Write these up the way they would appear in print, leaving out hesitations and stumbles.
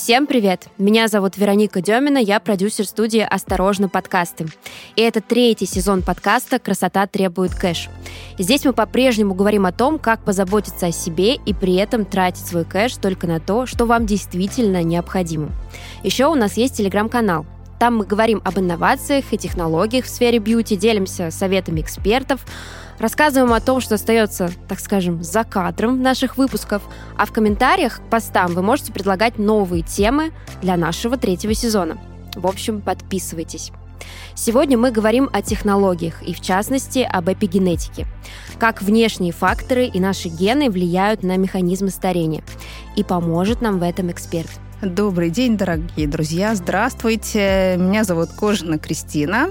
Всем привет! Меня зовут Вероника Демина, я продюсер студии «Осторожно, подкасты». И это 3-й сезон подкаста «Красота требует кэш». Здесь мы по-прежнему говорим о том, как позаботиться о себе и при этом тратить свой кэш только на то, что вам действительно необходимо. Еще у нас есть телеграм-канал. Там мы говорим об инновациях и технологиях в сфере бьюти, делимся советами экспертов, рассказываем о том, что остается, так скажем, за кадром наших выпусков, а в комментариях к постам вы можете предлагать новые темы для нашего 3-го сезона. В общем, подписывайтесь. Сегодня мы говорим о технологиях и, в частности, об эпигенетике. Как внешние факторы и наши гены влияют на механизмы старения. И поможет нам в этом эксперт. Добрый день, дорогие друзья. Здравствуйте. Меня зовут Кожина Кристина.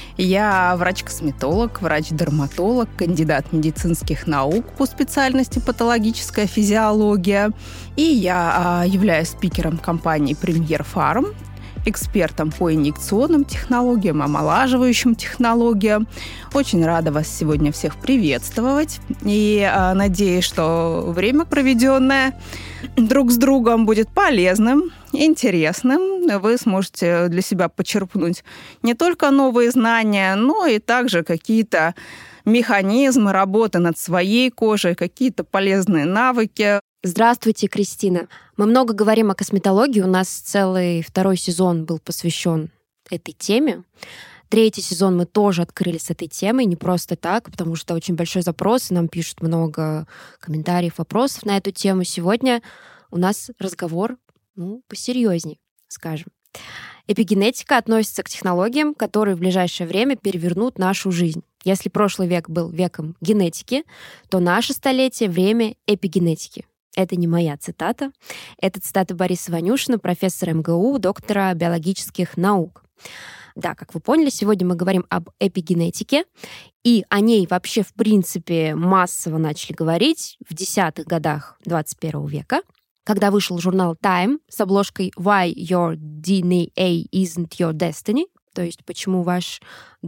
Я врач-косметолог, врач-дерматолог, кандидат медицинских наук по специальности патологическая физиология. И я являюсь спикером компании Premier Pharm, экспертом по инъекционным технологиям, омолаживающим технологиям. Очень рада вас сегодня всех приветствовать. И надеюсь, что время, проведенное друг с другом, будет полезным, интересным. Вы сможете для себя почерпнуть не только новые знания, но и также какие-то механизмы работы над своей кожей, какие-то полезные навыки. Здравствуйте, Кристина. Мы много говорим о косметологии. У нас целый 2-й сезон был посвящен этой теме. 3-й сезон мы тоже открыли с этой темой, не просто так, потому что очень большой запрос, и нам пишут много комментариев, вопросов на эту тему. Сегодня у нас разговор, посерьезней, скажем. Эпигенетика относится к технологиям, которые в ближайшее время перевернут нашу жизнь. Если прошлый век был веком генетики, то наше столетие — время эпигенетики. Это не моя цитата. Это цитата Бориса Ванюшина, профессора МГУ, доктора биологических наук. Да, как вы поняли, сегодня мы говорим об эпигенетике, и о ней вообще, в принципе, массово начали говорить в 10-х годах 21 века, когда вышел журнал Time с обложкой «Why your DNA isn't your destiny», то есть «Почему ваш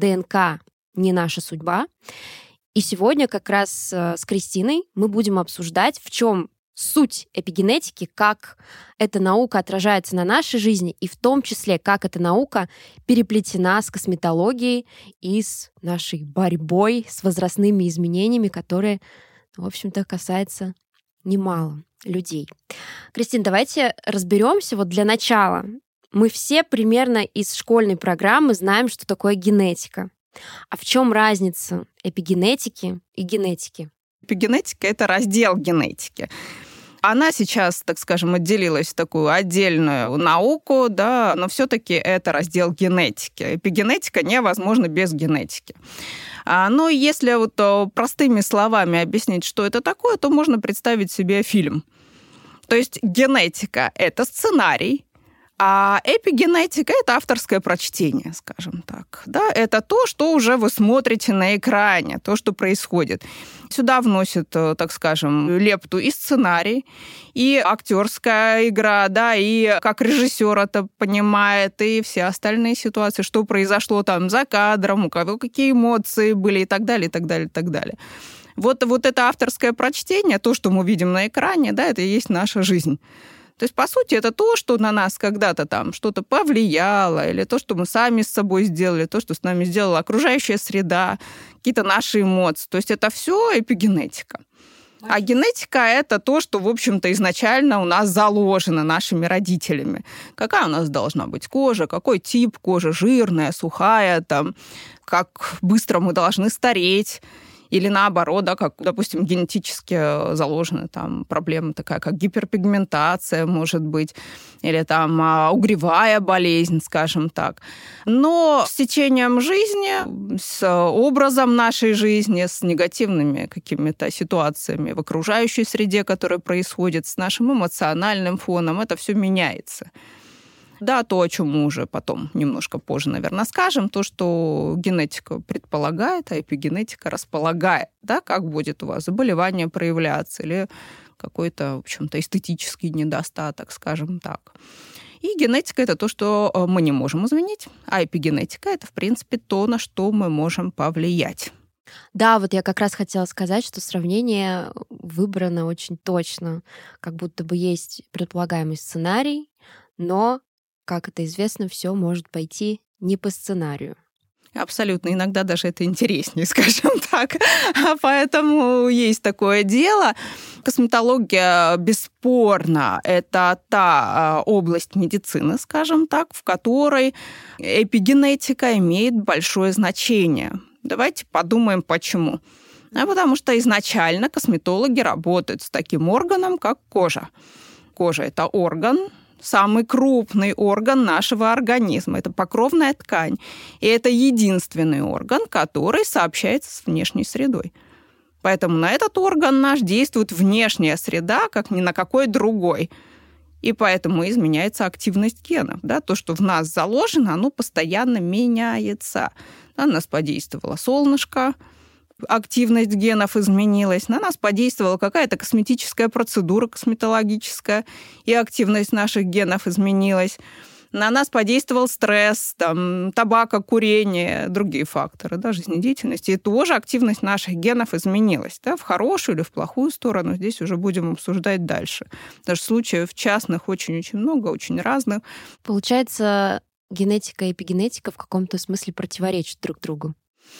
ДНК не наша судьба». И сегодня как раз с Кристиной мы будем обсуждать, в чем суть эпигенетики, как эта наука отражается на нашей жизни, и в том числе, как эта наука переплетена с косметологией и с нашей борьбой с возрастными изменениями, которые, в общем-то, касаются немало людей. Кристина, давайте разберемся. Вот для начала. Мы все примерно из школьной программы знаем, что такое генетика. А в чем разница эпигенетики и генетики? Эпигенетика — это раздел генетики. Она сейчас, так скажем, отделилась в такую отдельную науку, да, но все-таки это раздел генетики. Эпигенетика невозможна без генетики. Но если вот простыми словами объяснить, что это такое, то можно представить себе фильм. То есть генетика — это сценарий, а эпигенетика — это авторское прочтение, скажем так. Да? Это то, что уже вы смотрите на экране, то, что происходит. Сюда вносит, так скажем, лепту и сценарий, и актерская игра, да, и как режиссер это понимает, и все остальные ситуации, что произошло там за кадром, у кого какие эмоции были и так далее, и так далее, и так далее. Вот это авторское прочтение, то, что мы видим на экране, да, это и есть наша жизнь. То есть, по сути, это то, что на нас когда-то там что-то повлияло, или то, что мы сами с собой сделали, то, что с нами сделала окружающая среда, какие-то наши эмоции. То есть это все эпигенетика. А генетика — это то, что, в общем-то, изначально у нас заложено нашими родителями. Какая у нас должна быть кожа, какой тип кожи, жирная, сухая, там, как быстро мы должны стареть. Или наоборот, да, как, допустим, генетически заложена там проблема такая, как гиперпигментация, может быть, или там угревая болезнь, скажем так. Но с течением жизни, с образом нашей жизни, с негативными какими-то ситуациями в окружающей среде, которые происходят, с нашим эмоциональным фоном, это все меняется. Да, то, о чем мы уже потом немножко позже, наверное, скажем, то, что генетика предполагает, а эпигенетика располагает, да, как будет у вас заболевание проявляться или какой-то, в общем-то, эстетический недостаток, скажем так. И генетика — это то, что мы не можем изменить, а эпигенетика — это, в принципе, то, на что мы можем повлиять. Да, вот я как раз хотела сказать, что сравнение выбрано очень точно. Как будто бы есть предполагаемый сценарий, Но, как это известно, все может пойти не по сценарию. Абсолютно. Иногда даже это интереснее, скажем так. Поэтому есть такое дело. Косметология, бесспорно, это та область медицины, скажем так, в которой эпигенетика имеет большое значение. Давайте подумаем, почему. Потому что изначально косметологи работают с таким органом, как кожа. Кожа – это орган, самый крупный орган нашего организма. Это покровная ткань. И это единственный орган, который сообщается с внешней средой. Поэтому на этот орган наш действует внешняя среда, как ни на какой другой. И поэтому изменяется активность генов. Да? То, что в нас заложено, оно постоянно меняется. На нас подействовало солнышко, активность генов изменилась, на нас подействовала какая-то косметическая процедура косметологическая, и активность наших генов изменилась. На нас подействовал стресс, табакокурение, другие факторы жизнедеятельности, и тоже активность наших генов изменилась. В хорошую или в плохую сторону, здесь уже будем обсуждать дальше. Даже случаев частных очень-очень много, очень разных. Получается, генетика и эпигенетика в каком-то смысле противоречат друг другу.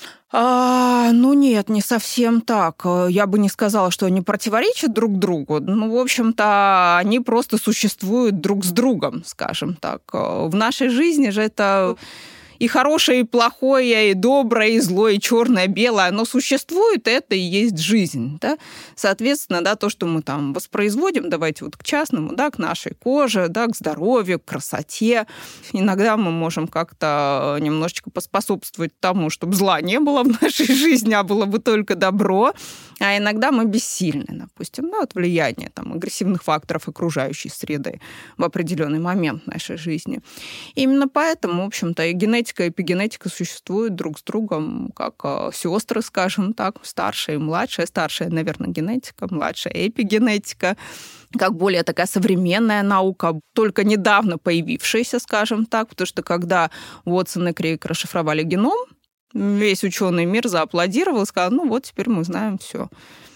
Нет, не совсем так. Я бы не сказала, что они противоречат друг другу. В общем-то, они просто существуют друг с другом, скажем так. В нашей жизни же это и хорошее, и плохое, и доброе, и злое, и черное, и белое, оно существует, это и есть жизнь. Да? Соответственно, то, что мы там воспроизводим, давайте к частному, к нашей коже, к здоровью, к красоте. Иногда мы можем как-то немножечко поспособствовать тому, чтобы зла не было в нашей жизни, а было бы только добро. А иногда мы бессильны, допустим, от влияния агрессивных факторов окружающей среды в определенный момент нашей жизни. Именно поэтому, в общем-то, и генетика, и эпигенетика существуют друг с другом как сестры, скажем так, старшая и младшая. Старшая, наверное, генетика, младшая эпигенетика, как более такая современная наука, только недавно появившаяся, скажем так, потому что когда Уотсон и Крейг расшифровали геном, весь ученый мир зааплодировал и сказал, теперь мы знаем все.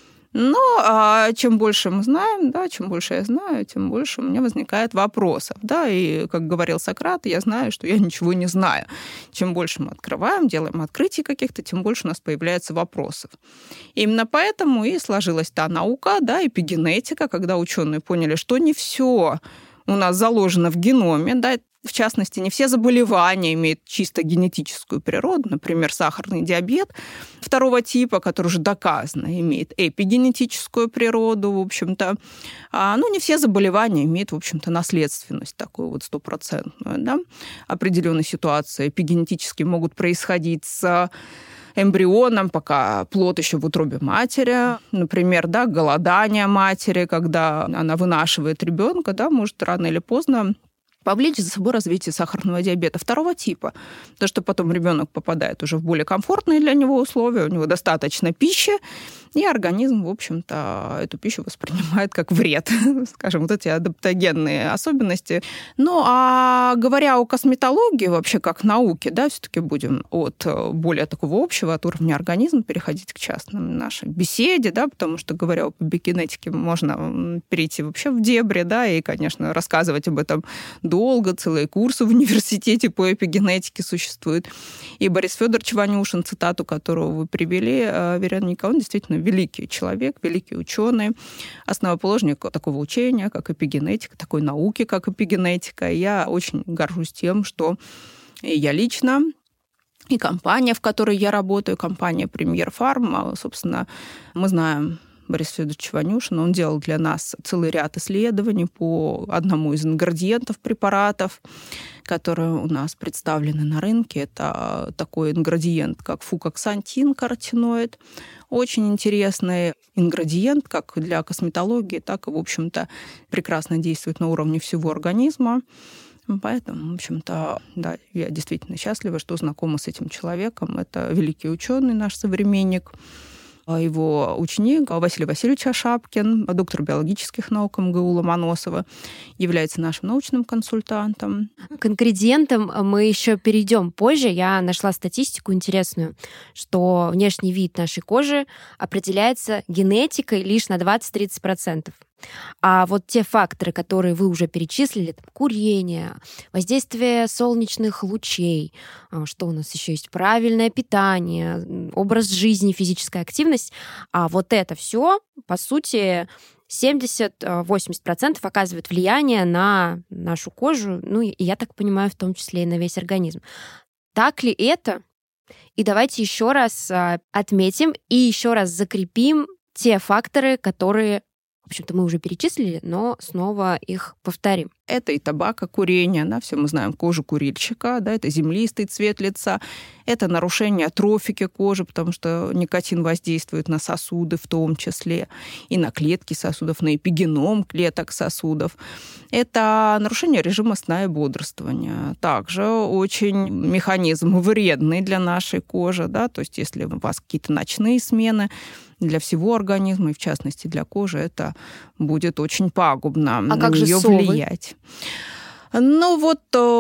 Но чем больше мы знаем, чем больше я знаю, тем больше у меня возникает вопросов. И, как говорил Сократ, я знаю, что я ничего не знаю. Чем больше мы открываем, делаем открытий каких-то, тем больше у нас появляется вопросов. Именно поэтому и сложилась та наука, эпигенетика, когда ученые поняли, что не все у нас заложено в геноме, в частности, не все заболевания имеют чисто генетическую природу. Например, сахарный диабет второго типа, который уже доказано имеет эпигенетическую природу, в общем-то. Не все заболевания имеют, в общем-то, наследственность такую стопроцентную. Определенные ситуации эпигенетически могут происходить с эмбрионом, пока плод еще в утробе матери. Например, голодание матери, когда она вынашивает ребенка, может рано или поздно повлечь за собой развитие сахарного диабета второго типа. То, что потом ребенок попадает уже в более комфортные для него условия, у него достаточно пищи, и организм, в общем-то, эту пищу воспринимает как вред. Скажем, эти адаптогенные особенности. Говоря о косметологии, вообще как науке, все-таки будем от более такого общего, от уровня организма переходить к частным нашей беседе, потому что, говоря об эпигенетике, можно перейти вообще в дебри, и, конечно, рассказывать об этом долго, целые курсы в университете по эпигенетике существуют. И Борис Федорович Ванюшин, цитату которого вы привели, Вероника, он действительно великий человек, великий ученый, основоположник такого учения, как эпигенетика, такой науки, как эпигенетика. И я очень горжусь тем, что я лично и компания, в которой я работаю, компания «Премьер Фарм», собственно, мы знаем Бориса Федоровича Ванюшина, он делал для нас целый ряд исследований по одному из ингредиентов препаратов, которые у нас представлены на рынке. Это такой ингредиент, как фукоксантин, каротиноид. Очень интересный ингредиент, как для косметологии, так и, в общем-то, прекрасно действует на уровне всего организма. Поэтому, в общем-то, я действительно счастлива, что знакома с этим человеком. Это великий ученый, наш современник. Его ученик Василий Васильевич Ашапкин, доктор биологических наук МГУ Ломоносова, является нашим научным консультантом. К ингредиентам мы еще перейдем позже. Я нашла статистику интересную, что внешний вид нашей кожи определяется генетикой лишь на 20-30%. А вот те факторы, которые вы уже перечислили, там, курение, воздействие солнечных лучей, что у нас еще есть, правильное питание, образ жизни, физическая активность, а вот это все, по сути, 70-80% оказывает влияние на нашу кожу, ну и, я так понимаю, в том числе и на весь организм. Так ли это? И давайте еще раз отметим и еще раз закрепим те факторы, которые, в общем-то, мы уже перечислили, но снова их повторим. Это и табакокурение, да, все мы знаем кожу курильщика, да, это землистый цвет лица, это нарушение трофики кожи, потому что никотин воздействует на сосуды в том числе, и на клетки сосудов, на эпигеном клеток сосудов. Это нарушение режима сна и бодрствования. Также очень механизм вредный для нашей кожи, да, то есть если у вас какие-то ночные смены, для всего организма, и в частности для кожи, это будет очень пагубно на нее влиять. Ну вот,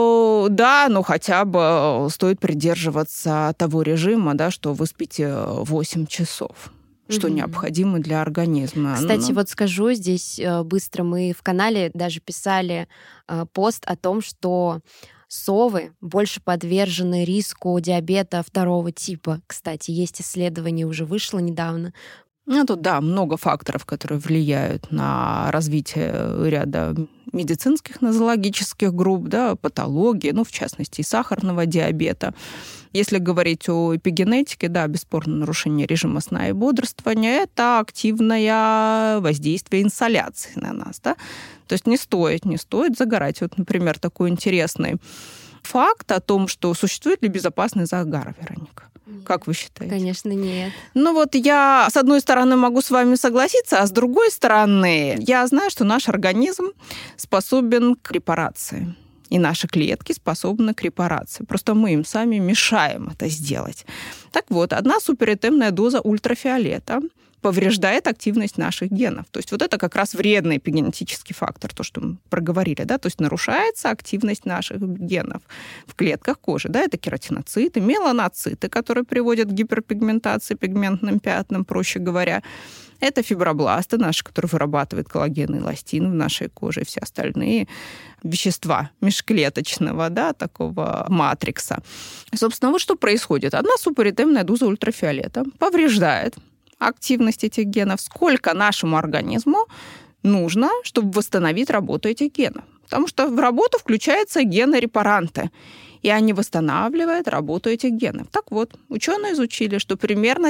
да, но хотя бы стоит придерживаться того режима, да, что вы спите 8 часов, что необходимо для организма. Кстати, вот скажу здесь быстро, мы в канале даже писали пост о том, что совы больше подвержены риску диабета 2 типа. Кстати, есть исследование, уже вышло недавно. Ну, тут, да, много факторов, которые влияют на развитие ряда медицинских нозологических групп, да, патологии, ну, в частности, и сахарного диабета. Если говорить о эпигенетике, да, бесспорно, нарушение режима сна и бодрствования – это активное воздействие инсоляции на нас, да. То есть не стоит загорать. Вот, например, такой интересный факт о том, что существует ли безопасный загар, Вероника. Как вы считаете? Конечно, нет. Ну вот я, с одной стороны, могу с вами согласиться, а с другой стороны, я знаю, что наш организм способен к репарации. И наши клетки способны к репарации. Просто мы им сами мешаем это сделать. Так вот, одна суперэтемная доза ультрафиолета повреждает активность наших генов. То есть вот это как раз вредный эпигенетический фактор, то, что мы проговорили, да, то есть нарушается активность наших генов в клетках кожи, да, это кератиноциты, меланоциты, которые приводят к гиперпигментации, пигментным пятнам, проще говоря. Это фибробласты наши, которые вырабатывают коллаген и эластин в нашей коже, и все остальные вещества межклеточного, да, такого матрикса. Собственно, вот что происходит. Одна суперэтемная доза ультрафиолета повреждает активность этих генов, сколько нашему организму нужно, чтобы восстановить работу этих генов. Потому что в работу включаются гены-репаранты, и они восстанавливают работу этих генов. Так вот, ученые изучили, что примерно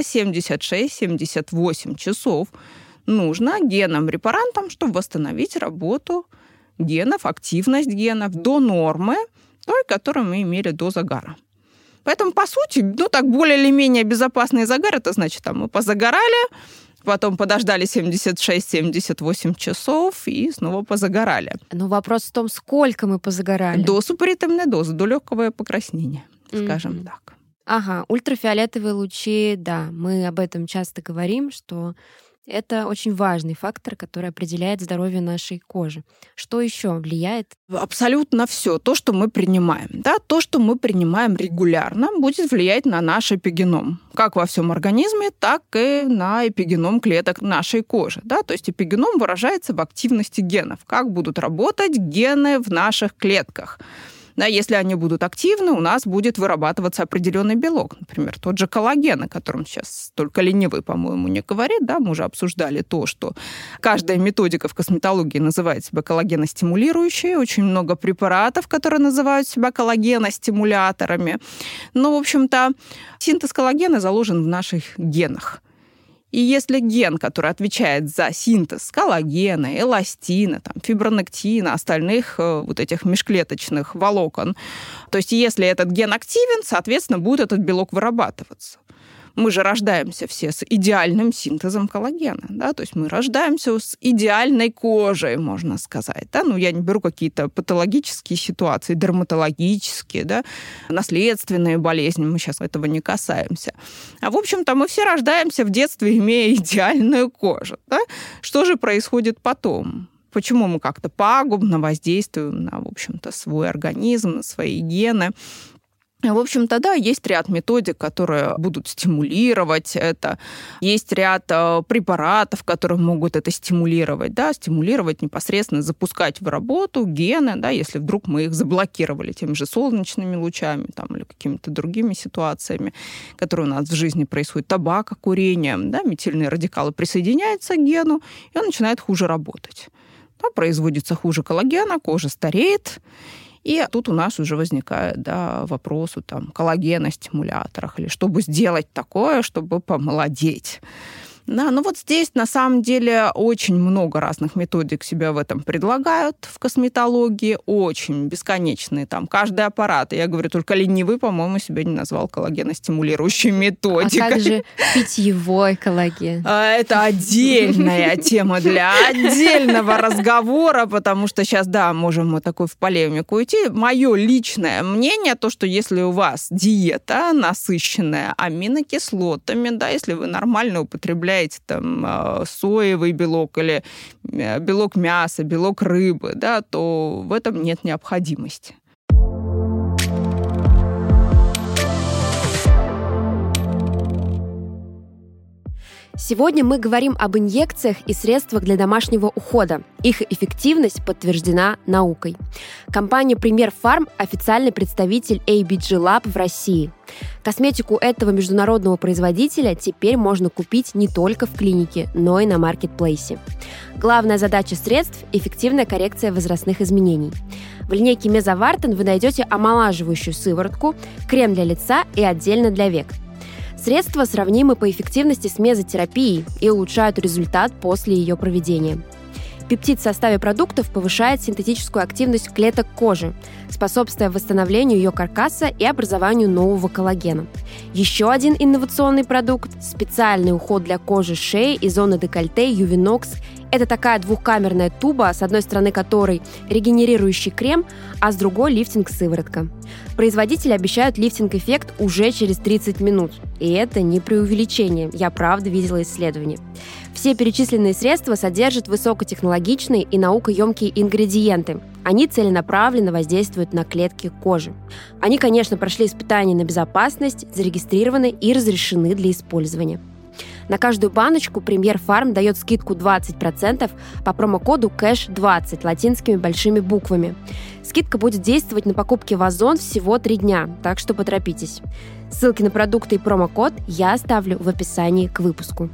76-78 часов нужно генам-репарантам, чтобы восстановить работу генов, активность генов до нормы, той, которую мы имели до загара. Поэтому, по сути, ну так более или менее безопасный загар, это значит, там мы позагорали, потом подождали 76-78 часов и снова позагорали. Но вопрос в том, сколько мы позагорали. До суперэтемной дозы, до легкого покраснения, скажем так. Ага, ультрафиолетовые лучи, да, мы об этом часто говорим, что это очень важный фактор, который определяет здоровье нашей кожи. Что еще влияет? Абсолютно все. То, что мы принимаем. Да, то, что мы принимаем регулярно, будет влиять на наш эпигеном. Как во всем организме, так и на эпигеном клеток нашей кожи. Да? То есть эпигеном выражается в активности генов. Как будут работать гены в наших клетках. Да, если они будут активны, у нас будет вырабатываться определенный белок. Например, тот же коллаген, о котором сейчас только ленивый, по-моему, не говорит. Да? Мы уже обсуждали то, что каждая методика в косметологии называет себя коллагеностимулирующей. Очень много препаратов, которые называют себя коллагеностимуляторами. Но, в общем-то, синтез коллагена заложен в наших генах. И если ген, который отвечает за синтез коллагена, эластина, там, фибронектина, остальных вот этих межклеточных волокон, то есть если этот ген активен, соответственно, будет этот белок вырабатываться. Мы же рождаемся все с идеальным синтезом коллагена, да, то есть мы рождаемся с идеальной кожей, можно сказать, да, ну, я не беру какие-то патологические ситуации, дерматологические, да, наследственные болезни, мы сейчас этого не касаемся. А, в общем-то, мы все рождаемся в детстве, имея идеальную кожу, да. Что же происходит потом? Почему мы как-то пагубно воздействуем на, в общем-то, свой организм, на свои гены? В общем-то, да, есть ряд методик, которые будут стимулировать это. Есть ряд препаратов, которые могут это стимулировать, да, стимулировать непосредственно, запускать в работу гены, да, если вдруг мы их заблокировали теми же солнечными лучами там, или какими-то другими ситуациями, которые у нас в жизни происходят. Табако, курение, да, метильные радикалы присоединяются к гену, и он начинает хуже работать. Да, производится хуже коллагена, кожа стареет. И тут у нас уже возникает, да, вопрос о коллагеностимуляторах, или чтобы сделать такое, чтобы помолодеть. Да, ну вот здесь на самом деле очень много разных методик себя в этом предлагают в косметологии, очень бесконечные. Там каждый аппарат, я говорю, только ленивый, по-моему, себя не назвал коллагеностимулирующей методикой. А как же питьевой коллаген? Это отдельная тема для отдельного разговора, потому что сейчас, да, можем мы такой в полемику уйти. Мое личное мнение, то, что если у вас диета насыщенная аминокислотами, да, если вы нормально употребляете там соевый белок или белок мяса, белок рыбы, да, то в этом нет необходимости. Сегодня мы говорим об инъекциях и средствах для домашнего ухода. Их эффективность подтверждена наукой. Компания Premier Pharm – официальный представитель ABG Lab в России. Косметику этого международного производителя теперь можно купить не только в клинике, но и на маркетплейсе. Главная задача средств – эффективная коррекция возрастных изменений. В линейке Мезовартен вы найдете омолаживающую сыворотку, крем для лица и отдельно для век. Средства сравнимы по эффективности с мезотерапией и улучшают результат после ее проведения. Пептид в составе продуктов повышает синтетическую активность клеток кожи, способствуя восстановлению ее каркаса и образованию нового коллагена. Еще один инновационный продукт – специальный уход для кожи шеи и зоны декольте Ювиноx. Это такая двухкамерная туба, с одной стороны которой регенерирующий крем, а с другой – лифтинг-сыворотка. Производители обещают лифтинг-эффект уже через 30 минут. И это не преувеличение, я правда видела исследования. Все перечисленные средства содержат высокотехнологичные и наукоемкие ингредиенты. Они целенаправленно воздействуют на клетки кожи. Они, конечно, прошли испытания на безопасность, зарегистрированы и разрешены для использования. На каждую баночку Premier Pharm дает скидку 20% по промокоду CASH20 латинскими большими буквами. Скидка будет действовать на покупки в Озон всего 3 дня, так что поторопитесь. Ссылки на продукты и промокод я оставлю в описании к выпуску.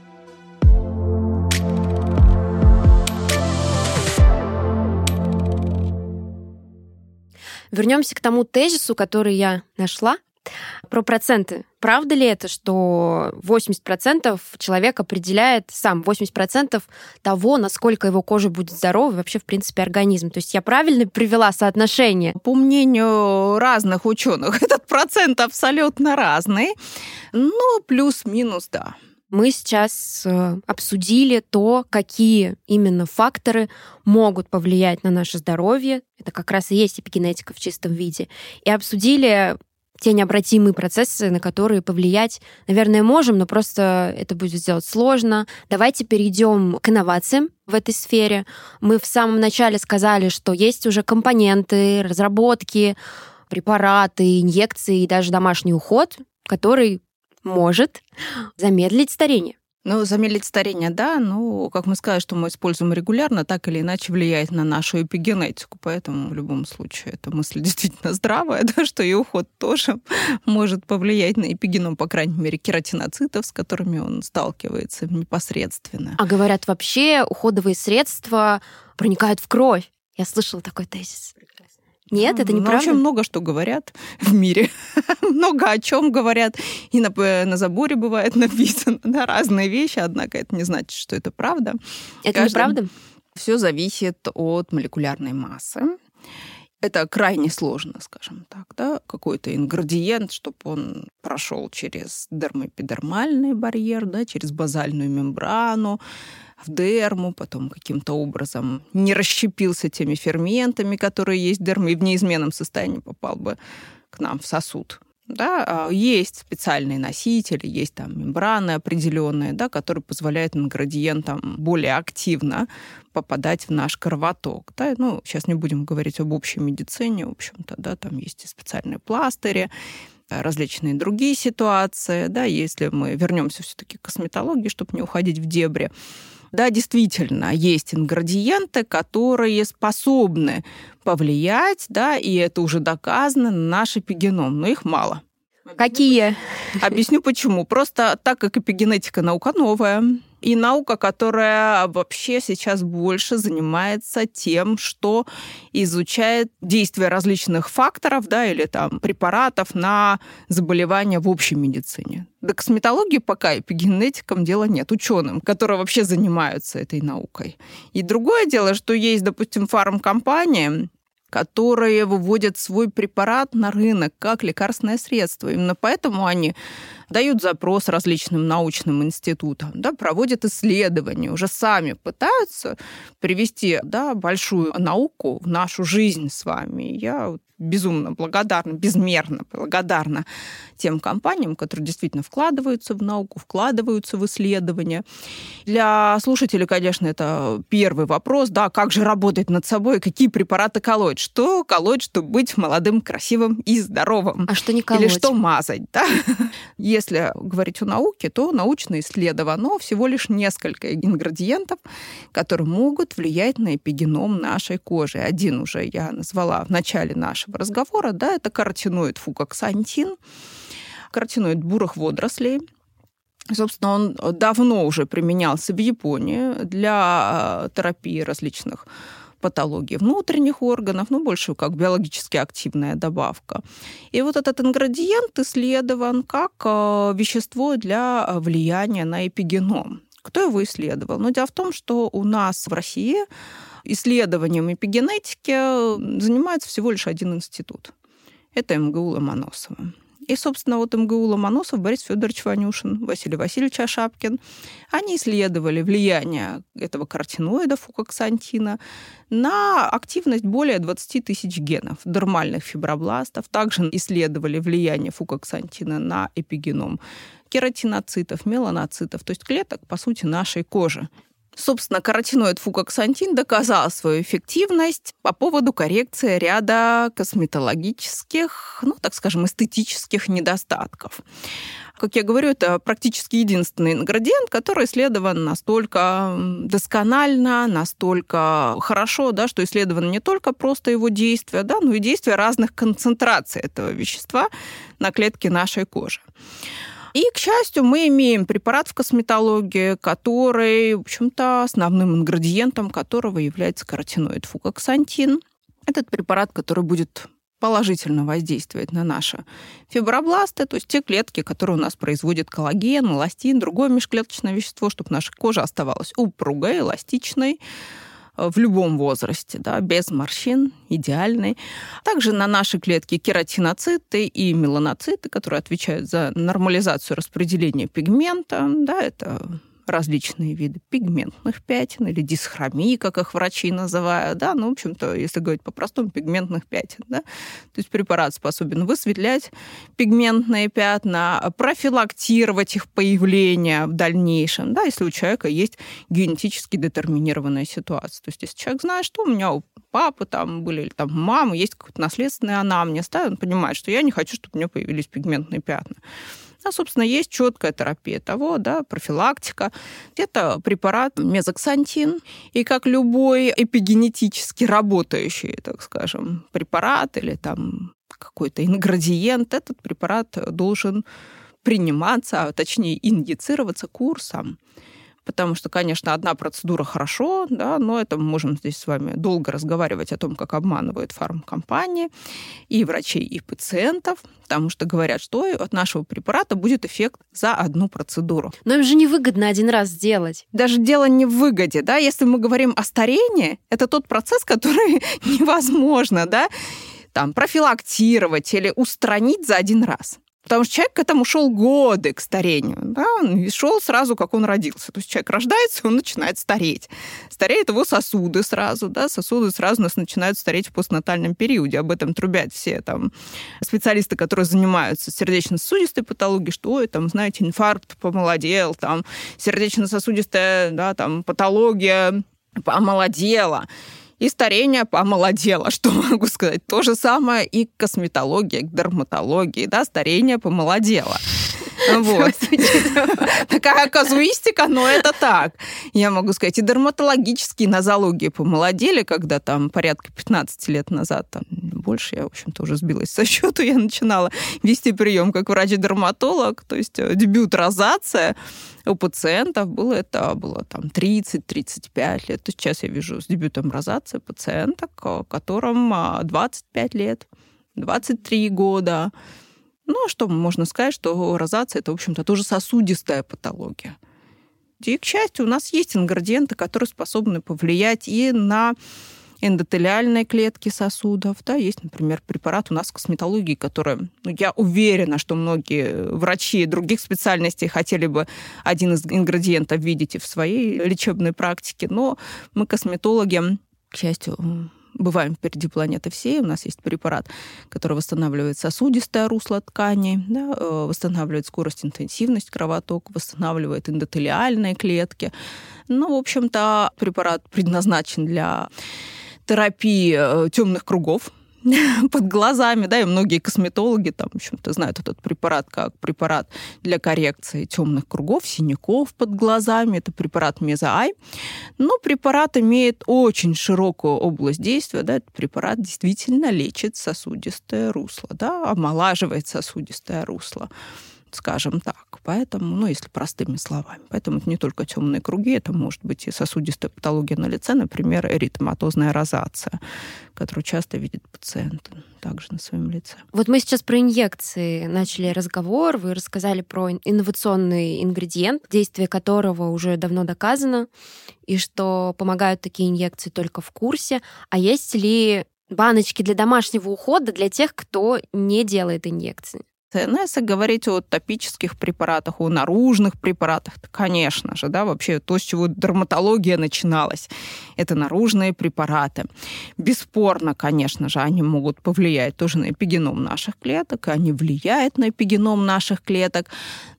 Вернемся к тому тезису, который я нашла, про проценты. Правда ли это, что 80% человек определяет сам, 80% того, насколько его кожа будет здорова, и вообще, в принципе, организм? То есть я правильно привела соотношение? По мнению разных ученых, этот процент абсолютно разный, но плюс-минус, да. Мы сейчас обсудили то, какие именно факторы могут повлиять на наше здоровье. Это как раз и есть эпигенетика в чистом виде. И обсудили те необратимые процессы, на которые повлиять, наверное, можем, но просто это будет сделать сложно. Давайте перейдем к инновациям в этой сфере. Мы в самом начале сказали, что есть уже компоненты, разработки, препараты, инъекции и даже домашний уход, который может замедлить старение. Ну, замедлить старение, да, но, как мы сказали, что мы используем регулярно, так или иначе влияет на нашу эпигенетику, поэтому в любом случае эта мысль действительно здравая, да, что и уход тоже может повлиять на эпигеном, по крайней мере, кератиноцитов, с которыми он сталкивается непосредственно. А говорят, вообще уходовые средства проникают в кровь. Я слышала такой тезис. Нет, это неправда? Вообще много что говорят в мире. Много о чем говорят. И на заборе бывает написано, да, разные вещи, однако это не значит, что это правда. Это неправда? Все зависит от молекулярной массы. Это крайне сложно, скажем так, да, какой-то ингредиент, чтобы он прошел через дермоэпидермальный барьер, да, через базальную мембрану, в дерму, потом каким-то образом не расщепился теми ферментами, которые есть в дерме, и в неизменном состоянии попал бы к нам в сосуд. Да, есть специальные носители, есть там мембраны определенные, да, которые позволяют ингредиентам более активно попадать в наш кровоток. Да. Ну, сейчас не будем говорить об общей медицине, в общем-то, да, там есть и специальные пластыри, различные другие ситуации. Да, если мы вернемся все-таки к косметологии, чтобы не уходить в дебри, да, действительно, есть ингредиенты, которые способны повлиять, да, и это уже доказано, на наш эпигеном, но их мало. Какие? Объясню почему. Просто так как эпигенетика наука новая, и наука, которая вообще сейчас больше занимается тем, что изучает действие различных факторов, да, или там препаратов на заболевания в общей медицине. До косметологии пока эпигенетикам дела нет, ученым, которые вообще занимаются этой наукой. И другое дело, что есть, допустим, фармкомпании, которые выводят свой препарат на рынок как лекарственное средство. Именно поэтому они дают запрос различным научным институтам, да, проводят исследования, уже сами пытаются привести, да, большую науку в нашу жизнь с вами. Я безумно благодарна, безмерно благодарна тем компаниям, которые действительно вкладываются в науку, вкладываются в исследования. Для слушателей, конечно, это первый вопрос, да, как же работать над собой, какие препараты колоть, что колоть, чтобы быть молодым, красивым и здоровым. А что не колоть? Или что мазать, да? Если говорить о науке, то научно исследовано всего лишь несколько ингредиентов, которые могут влиять на эпигеном нашей кожи. Один уже я назвала в начале нашего разговора, да, это каротиноид фукоксантин, каротиноид бурых водорослей. Собственно, он давно уже применялся в Японии для терапии различных патологий внутренних органов, ну, больше как биологически активная добавка. И вот этот ингредиент исследован как вещество для влияния на эпигеном. Кто его исследовал? Ну, дело в том, что у нас в России исследованием эпигенетики занимается всего лишь один институт. Это МГУ Ломоносова. И, собственно, вот МГУ Ломоносов, Борис Федорович Ванюшин, Василий Васильевич Ашапкин, они исследовали влияние этого каротиноида фукоксантина на активность более 20 тысяч генов дермальных фибробластов. Также исследовали влияние фукоксантина на эпигеном кератиноцитов, меланоцитов, то есть клеток, по сути, нашей кожи. Собственно, каротиноид фукоксантин доказал свою эффективность по поводу коррекции ряда косметологических, ну, так скажем, эстетических недостатков. Как я говорю, это практически единственный ингредиент, который исследован настолько досконально, настолько хорошо, да, что исследовано не только просто его действие, да, но и действие разных концентраций этого вещества на клетки нашей кожи. И, к счастью, мы имеем препарат в косметологии, который, в общем-то, основным ингредиентом которого является каротиноид фукоксантин. Этот препарат, который будет положительно воздействовать на наши фибробласты, то есть те клетки, которые у нас производят коллаген, эластин, другое межклеточное вещество, чтобы наша кожа оставалась упругой, эластичной, в любом возрасте, да, без морщин, идеальный. Также на наши клетки кератиноциты и меланоциты, которые отвечают за нормализацию распределения пигмента. Да, это различные виды пигментных пятен или дисхромии, как их врачи называют. Да, ну, в общем-то, если говорить по-простому, пигментных пятен. Да. То есть препарат способен высветлять пигментные пятна, профилактировать их появление в дальнейшем, да, если у человека есть генетически детерминированная ситуация. То есть если человек знает, что у меня у папы там были, или там у мамы есть какой-то наследственный анамнез, да, он понимает, что я не хочу, чтобы у меня появились пигментные пятна. А, собственно, есть четкая терапия того, да, профилактика. Это препарат мезоксантин. И как любой эпигенетически работающий, так скажем, препарат или там какой-то ингредиент, этот препарат должен приниматься, а точнее инъецироваться курсом. Потому что, конечно, одна процедура хорошо, да, но это мы можем здесь с вами долго разговаривать о том, как обманывают фармкомпании и врачей, и пациентов, потому что говорят, что от нашего препарата будет эффект за одну процедуру. Но им же невыгодно один раз сделать. Даже дело не в выгоде, да, если мы говорим о старении, это тот процесс, который невозможно, да, там, профилактировать или устранить за один раз. Потому что человек к этому шел годы, к старению. Да? Он шел сразу, как он родился. То есть человек рождается, он начинает стареть. Стареют его сосуды сразу. Да? Сосуды сразу у нас начинают стареть в постнатальном периоде. Об этом трубят все там специалисты, которые занимаются сердечно-сосудистой патологией, что, ой, там, знаете, инфаркт помолодел, там, сердечно-сосудистая, да, там, патология помолодела. И старение помолодело, что могу сказать. То же самое и к косметологии, к дерматологии, да, старение помолодело. Вот. Такая казуистика, но это так. Я могу сказать, и дерматологические нозологии помолодели, когда там порядка 15 лет назад, там больше, я, в общем-то, уже сбилась со счету, я начинала вести прием как врач-дерматолог, то есть дебют розация у пациентов было там 30-35 лет. То есть сейчас я вижу с дебютом розации пациенток, которым 25 лет, 23 года. Ну, что можно сказать, что розация – это, в общем-то, тоже сосудистая патология. И, к счастью, у нас есть ингредиенты, которые способны повлиять и на эндотелиальные клетки сосудов. Да, есть, например, препарат у нас в косметологии, который, я уверена, что многие врачи других специальностей хотели бы один из ингредиентов видеть и в своей лечебной практике, но мы, косметологи, к счастью, бываем впереди планеты всей. У нас есть препарат, который восстанавливает сосудистое русло тканей, да, восстанавливает скорость, интенсивность кровотока, восстанавливает эндотелиальные клетки. Ну, в общем-то, препарат предназначен для терапии темных кругов под глазами, да, и многие косметологи там, в общем-то, знают этот препарат как препарат для коррекции темных кругов, синяков под глазами. Это препарат Мезоай. Но препарат имеет очень широкую область действия, да, этот препарат действительно лечит сосудистое русло, да, омолаживает сосудистое русло, скажем так. Поэтому, если простыми словами. Поэтому это не только темные круги, это может быть и сосудистая патология на лице, например, эритематозная розация, которую часто видят пациенты также на своем лице. Вот мы сейчас про инъекции начали разговор, вы рассказали про инновационный ингредиент, действие которого уже давно доказано, и что помогают такие инъекции только в курсе. А есть ли баночки для домашнего ухода для тех, кто не делает инъекции? Если говорить о топических препаратах, о наружных препаратах, то, конечно же, да, вообще то, с чего дерматология начиналась, это наружные препараты. Бесспорно, конечно же, они могут повлиять тоже на эпигеном наших клеток, и они влияют на эпигеном наших клеток,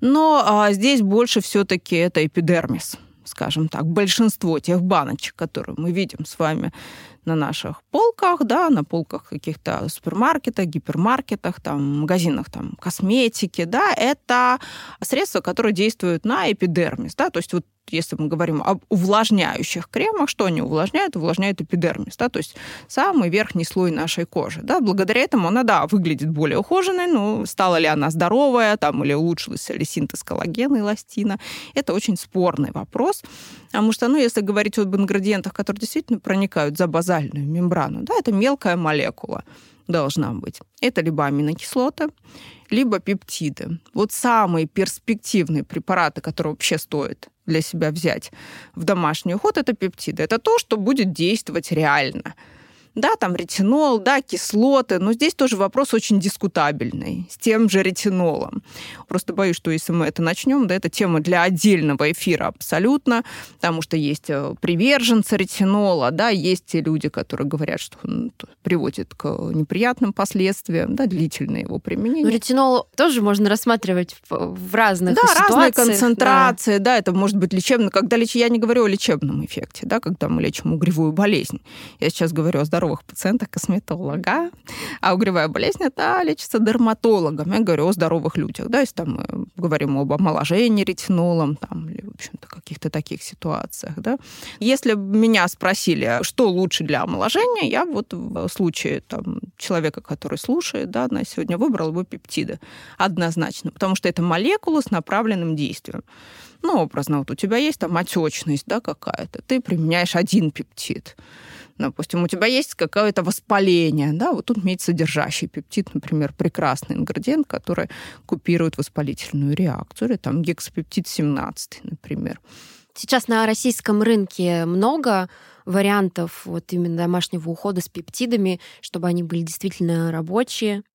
но здесь больше все-таки это эпидермис, скажем так, большинство тех баночек, которые мы видим с вами на наших полках, да, на полках каких-то супермаркетах, гипермаркетах, там, магазинах там, косметики, да, это средства, которые действуют на эпидермис, да, то есть вот если мы говорим об увлажняющих кремах, что они увлажняют? Увлажняют эпидермис, да, то есть самый верхний слой нашей кожи. Да. Благодаря этому она, да, выглядит более ухоженной, но стала ли она здоровая, там, или улучшился ли синтез коллагена и эластина, это очень спорный вопрос, потому что, если говорить об ингредиентах, которые действительно проникают за базальную мембрану, да, это мелкая молекула должна быть. Это либо аминокислоты, либо пептиды. Вот самые перспективные препараты, которые вообще стоит для себя взять в домашний уход, это пептиды. Это то, что будет действовать реально. Да, там ретинол, да, кислоты, но здесь тоже вопрос очень дискутабельный с тем же ретинолом. Просто боюсь, что если мы это начнем, да, это тема для отдельного эфира абсолютно, потому что есть приверженцы ретинола, да, есть те люди, которые говорят, что он приводит к неприятным последствиям, да, длительное его применение. Но ретинол тоже можно рассматривать в разных ситуациях. Да, разные концентрации, да, это может быть лечебно. Я не говорю о лечебном эффекте, да, когда мы лечим угревую болезнь. Я сейчас говорю о здоровых пациентах косметолога, а угревая болезнь это лечится дерматологом. Я говорю о здоровых людях, да, если там мы говорим об омоложении ретинолом, там, или, в общем-то, каких-то таких ситуациях, да. Если бы меня спросили, что лучше для омоложения, я вот в случае там, человека, который слушает, да, на сегодня выбрала бы пептиды однозначно, потому что это молекула с направленным действием. Образно, вот у тебя есть там отечность, да, какая-то, ты применяешь один пептид. Допустим, у тебя есть какое-то воспаление, да, вот тут медь-содержащий пептид, например, прекрасный ингредиент, который купирует воспалительную реакцию, или там гексапептид 17, например. Сейчас на российском рынке много вариантов вот именно домашнего ухода с пептидами, чтобы они были действительно рабочие.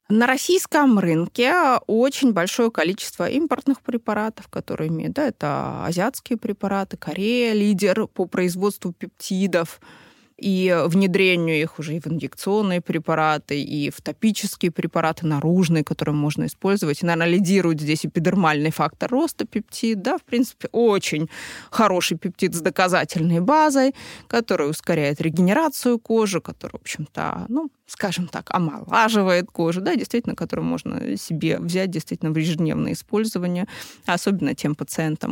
На российском рынке очень большое количество импортных препаратов, которые имеют, да, это азиатские препараты, Корея, лидер по производству пептидов, и внедрению их уже и в инъекционные препараты, и в топические препараты наружные, которые можно использовать. И, наверное, лидирует здесь эпидермальный фактор роста пептид. Да, в принципе, очень хороший пептид с доказательной базой, который ускоряет регенерацию кожи, который, в общем-то, скажем так, омолаживает кожу, да, действительно, который можно себе взять действительно в ежедневное использование, особенно тем пациентам,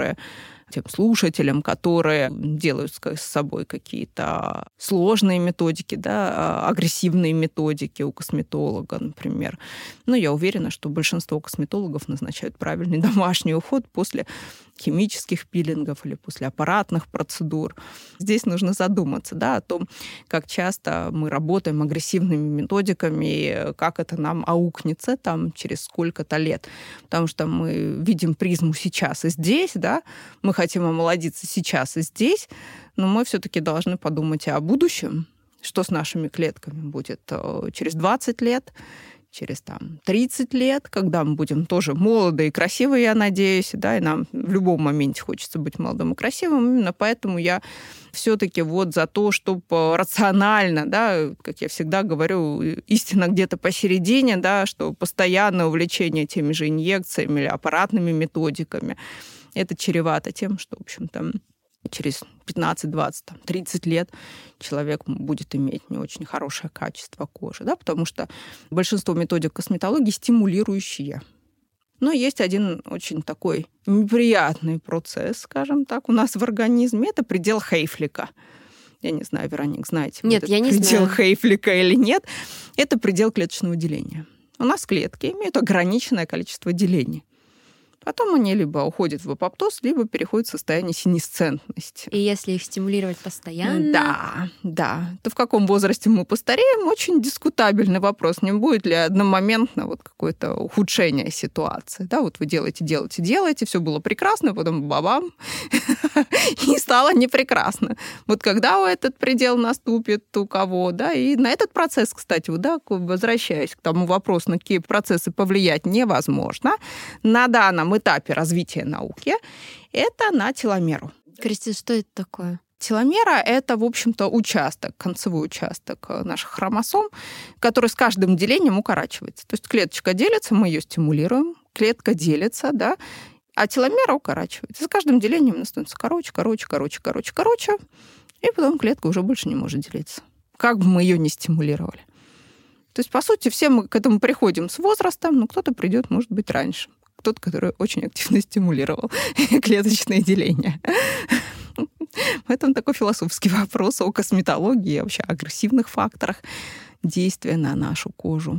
тем слушателям, которые делают с собой какие-то сложные методики, да, агрессивные методики у косметолога, например. Но я уверена, что большинство косметологов назначают правильный домашний уход после химических пилингов или после аппаратных процедур. Здесь нужно задуматься, да, о том, как часто мы работаем агрессивными методиками, и как это нам аукнется там через сколько-то лет. Потому что мы видим призму сейчас и здесь, да, мы хотим омолодиться сейчас и здесь, но мы все-таки должны подумать и о будущем, что с нашими клетками будет через 20 лет, через 30 лет, когда мы будем тоже молоды и красивы, я надеюсь, да, и нам в любом моменте хочется быть молодым и красивым. Именно поэтому я все-таки за то, чтобы рационально, да, как я всегда говорю, истина где-то посередине, да, что постоянное увлечение теми же инъекциями или аппаратными методиками, это чревато тем, что, в общем-то, через 15, 20, 30 лет человек будет иметь не очень хорошее качество кожи, да, потому что большинство методик косметологии стимулирующие. Но есть один очень такой неприятный процесс, скажем так, у нас в организме. Это предел Хейфлика. Я не знаю, Вероник, знаете вы нет, я не предел знаю. Хейфлика или нет. Это предел клеточного деления. У нас клетки имеют ограниченное количество делений. Потом они либо уходят в апоптоз, либо переходят в состояние сенесцентности. И если их стимулировать постоянно... Да. То в каком возрасте мы постареем, очень дискутабельный вопрос. Не будет ли одномоментно какое-то ухудшение ситуации? Да, вы делаете, все было прекрасно, потом бабам, и стало непрекрасно. Когда этот предел наступит, у кого, да, и на этот процесс, кстати, возвращаясь к тому вопросу, на какие процессы повлиять невозможно, на данном этапе развития науки, это на теломеру. Кристина, что это такое? Теломера — это, в общем-то, концевой участок наших хромосом, который с каждым делением укорачивается. То есть клеточка делится, мы ее стимулируем, клетка делится, да, а теломера укорачивается. С каждым делением она становится короче, и потом клетка уже больше не может делиться. Как бы мы ее ни стимулировали. То есть, по сути, все мы к этому приходим с возрастом, но кто-то придет, может быть, раньше. Тот, который очень активно стимулировал клеточное деление. Это такой философский вопрос о косметологии, вообще о агрессивных факторах действия на нашу кожу.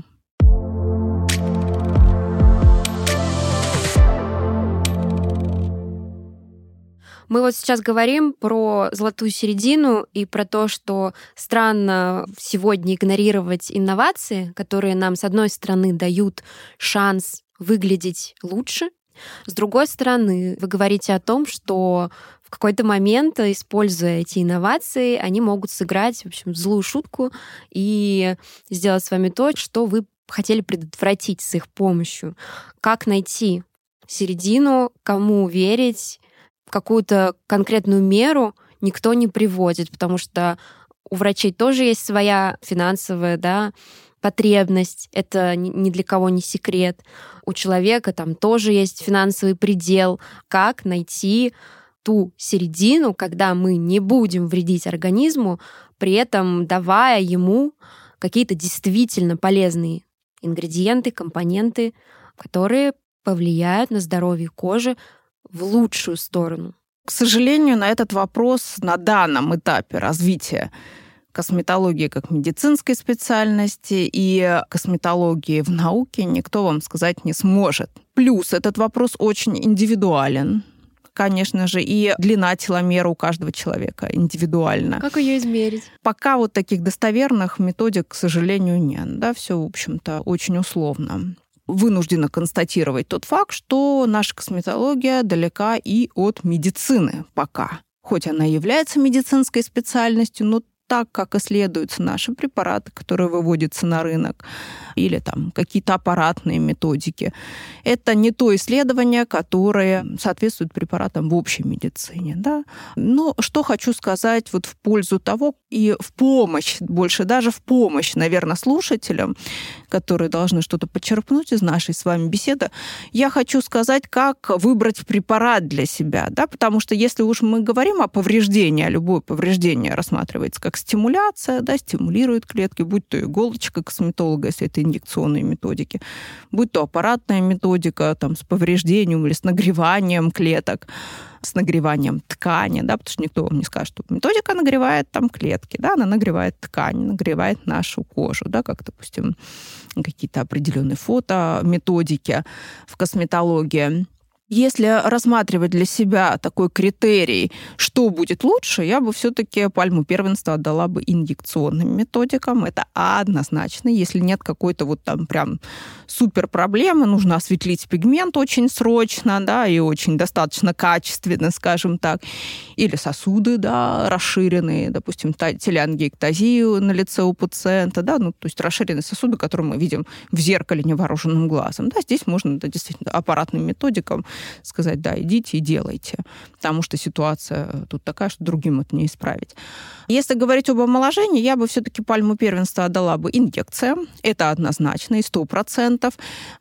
Мы сейчас говорим про золотую середину и про то, что странно сегодня игнорировать инновации, которые нам, с одной стороны, дают шанс выглядеть лучше. С другой стороны, вы говорите о том, что в какой-то момент, используя эти инновации, они могут сыграть, в общем, злую шутку и сделать с вами то, что вы хотели предотвратить с их помощью. Как найти середину, кому верить, какую-то конкретную меру никто не приводит, потому что у врачей тоже есть своя финансовая, да, потребность, это ни для кого не секрет. У человека там тоже есть финансовый предел. Как найти ту середину, когда мы не будем вредить организму, при этом давая ему какие-то действительно полезные ингредиенты, компоненты, которые повлияют на здоровье кожи в лучшую сторону? К сожалению, на этот вопрос на данном этапе развития косметологии как медицинской специальности и косметологии в науке никто вам сказать не сможет. Плюс этот вопрос очень индивидуален. Конечно же, и длина теломера у каждого человека индивидуальна. Как ее измерить? Пока таких достоверных методик, к сожалению, нет. Да, все, в общем-то, очень условно. Вынуждена констатировать тот факт, что наша косметология далека и от медицины пока. Хоть она является медицинской специальностью, но так, как исследуются наши препараты, которые выводятся на рынок, или там какие-то аппаратные методики. Это не то исследование, которое соответствует препаратам в общей медицине. Да? Но что хочу сказать вот в пользу того и в помощь, больше даже в помощь, наверное, слушателям, которые должны что-то почерпнуть из нашей с вами беседы, я хочу сказать, как выбрать препарат для себя. Да? Потому что если уж мы говорим о повреждении, а любое повреждение рассматривается как стимуляция, да, стимулирует клетки, будь то иголочка косметолога, если это инъекционные методики, будь то аппаратная методика там, с повреждением или с нагреванием клеток, с нагреванием ткани, да, потому что никто вам не скажет, что методика нагревает там клетки, да, она нагревает ткань, нагревает нашу кожу, да, как, допустим, какие-то определенные фотометодики в косметологии. Если рассматривать для себя такой критерий, что будет лучше, я бы все-таки пальму первенства отдала бы инъекционным методикам. Это однозначно. Если нет какой-то вот там прям супер проблемы, нужно осветлить пигмент очень срочно, да, и очень достаточно качественно, скажем так. Или сосуды, да, расширенные, допустим, телеангиэктазию на лице у пациента, да, ну, то есть расширенные сосуды, которые мы видим в зеркале невооруженным глазом. Да, здесь можно, да, действительно аппаратным методикам сказать, да, идите и делайте, потому что ситуация тут такая, что другим это не исправить. Если говорить об омоложении, я бы все-таки пальму первенства отдала бы инъекциям. Это однозначно и 100%.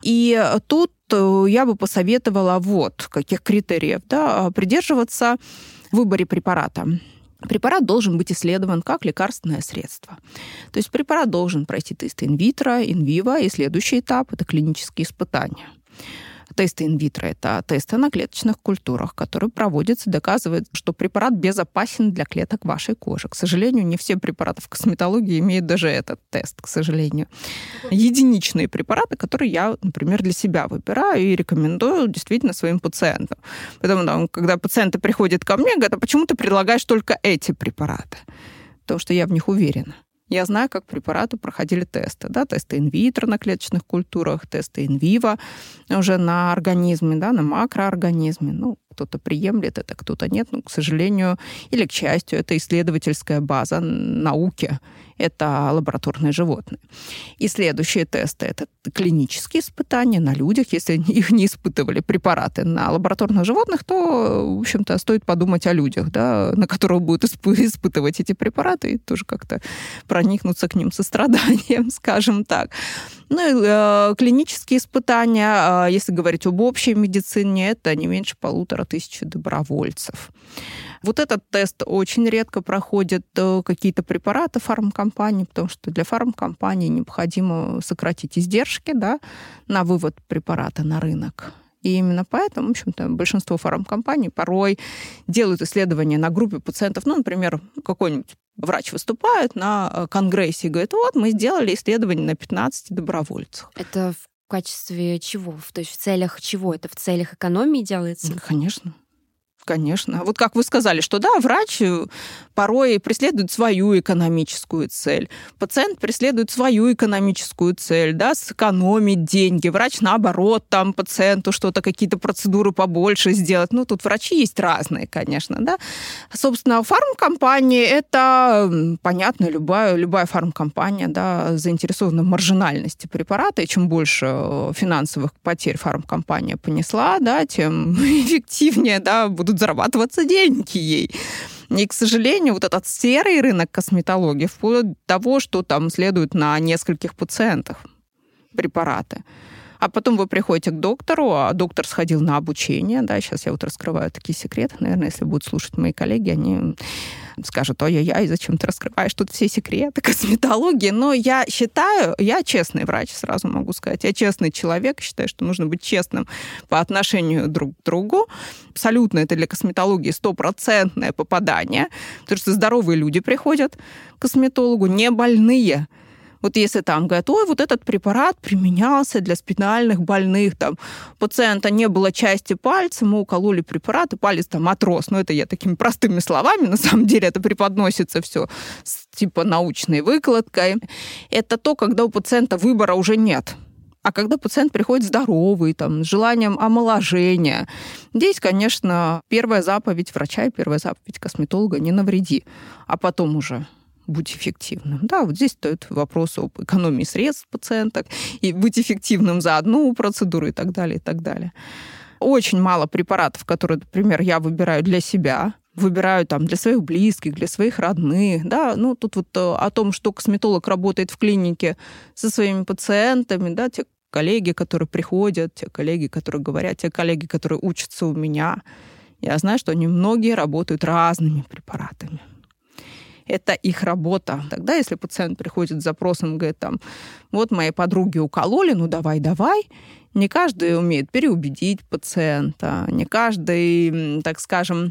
И тут я бы посоветовала вот каких критериев, да, придерживаться в выборе препарата. Препарат должен быть исследован как лекарственное средство. То есть препарат должен пройти тесты инвитро, инвиво, и следующий этап – это клинические испытания. Тесты инвитро – это тесты на клеточных культурах, которые проводятся, доказывают, что препарат безопасен для клеток вашей кожи. К сожалению, не все препараты в косметологии имеют даже этот тест, к сожалению. Единичные препараты, которые я, например, для себя выбираю и рекомендую действительно своим пациентам. Поэтому, когда пациенты приходят ко мне, говорят, а почему ты предлагаешь только эти препараты? Потому что я в них уверена. Я знаю, как препараты проходили тесты. Да? Тесты инвитро на клеточных культурах, тесты инвиво уже на организме, да, на макроорганизме. Ну, кто-то приемлет это, кто-то нет. Но, к сожалению, или к счастью, это исследовательская база науки. Это лабораторные животные. И следующие тесты – это клинические испытания на людях. Если их не испытывали препараты на лабораторных животных, то, в общем-то, стоит подумать о людях, да, на которых будут испытывать эти препараты, и тоже как-то проникнуться к ним состраданием, скажем так. Ну и клинические испытания, если говорить об общей медицине, это не меньше 1500 добровольцев. Вот этот тест очень редко проходят какие-то препараты фармкомпаний, потому что для фармкомпаний необходимо сократить издержки, да, на вывод препарата на рынок. И именно поэтому, в общем-то, большинство фармкомпаний порой делают исследования на группе пациентов. Ну, например, какой-нибудь врач выступает на конгрессе и говорит, вот, мы сделали исследование на 15 добровольцах. Это в качестве чего? То есть в целях чего? Это в целях экономии делается? Конечно. Конечно. Вот как вы сказали, что да, врач порой преследует свою экономическую цель. Пациент преследует свою экономическую цель, да, сэкономить деньги. Врач, наоборот, там пациенту что-то, какие-то процедуры побольше сделать. Ну, тут врачи есть разные, конечно, да. Собственно, фармкомпании, это, понятно, любая фармкомпания, да, заинтересована в маржинальности препарата, и чем больше финансовых потерь фармкомпания понесла, да, тем эффективнее, да, будут зарабатываться деньги ей. И, к сожалению, вот этот серый рынок косметологии, вплоть до того, что там следует на нескольких пациентах препараты. А потом вы приходите к доктору, а доктор сходил на обучение, да, сейчас я вот раскрываю такие секреты, наверное, если будут слушать мои коллеги, они скажут, ой-ой-ой, зачем ты раскрываешь тут все секреты косметологии? Но я считаю, я честный врач, сразу могу сказать, я честный человек, считаю, что нужно быть честным по отношению друг к другу. Абсолютно это для косметологии 100% попадание, потому что здоровые люди приходят к косметологу, не больные. Вот если там говорят, ой, вот этот препарат применялся для спинальных больных, там, у пациента не было части пальца, мы укололи препарат, и палец там отрос. Ну, это я такими простыми словами, на самом деле это преподносится все с типа научной выкладкой. Это то, когда у пациента выбора уже нет. А когда пациент приходит здоровый, там, с желанием омоложения, здесь, конечно, первая заповедь врача и первая заповедь косметолога – не навреди, а потом уже быть эффективным. Да, вот здесь стоит вопрос об экономии средств пациенток и быть эффективным за одну процедуру и так далее, и так далее. Очень мало препаратов, которые, например, я выбираю для себя, выбираю там для своих близких, для своих родных, да, ну, тут вот о том, что косметолог работает в клинике со своими пациентами, да, те коллеги, которые приходят, те коллеги, которые говорят, те коллеги, которые учатся у меня, я знаю, что они многие работают разными препаратами. Это их работа. Тогда, если пациент приходит с запросом и говорит, там, вот моей подруге укололи, ну давай, не каждый умеет переубедить пациента, не каждый, так скажем,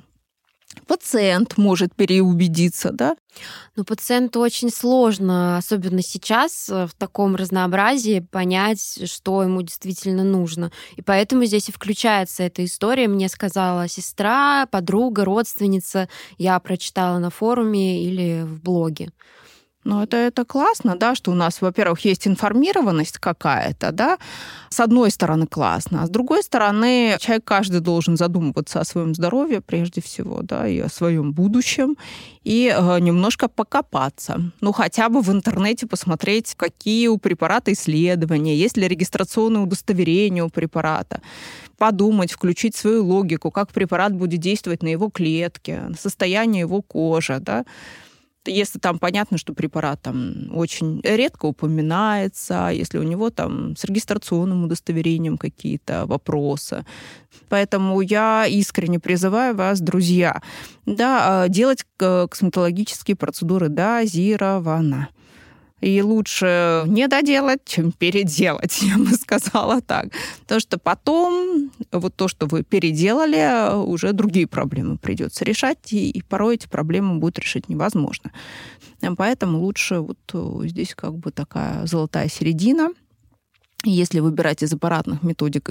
пациент может переубедиться, да? Но пациенту очень сложно, особенно сейчас, в таком разнообразии, понять, что ему действительно нужно. И поэтому здесь и включается эта история. Мне сказала сестра, подруга, родственница. Я прочитала на форуме или в блоге. Ну, это классно, да, что у нас, во-первых, есть информированность какая-то, да, с одной стороны классно, а с другой стороны человек каждый должен задумываться о своем здоровье прежде всего, да, и о своем будущем, и немножко покопаться. Ну, хотя бы в интернете посмотреть, какие у препарата исследования, есть ли регистрационное удостоверение у препарата, подумать, включить свою логику, как препарат будет действовать на его клетки, на состояние его кожи, да. Если там понятно, что препарат там очень редко упоминается, если у него там с регистрационным удостоверением какие-то вопросы. Поэтому я искренне призываю вас, друзья, да, делать косметологические процедуры дозированно. И лучше не доделать, чем переделать, я бы сказала так. Потому что потом вот то, что вы переделали, уже другие проблемы придется решать, и порой эти проблемы будет решить невозможно. Поэтому лучше вот здесь как бы такая золотая середина. Если выбирать из аппаратных методик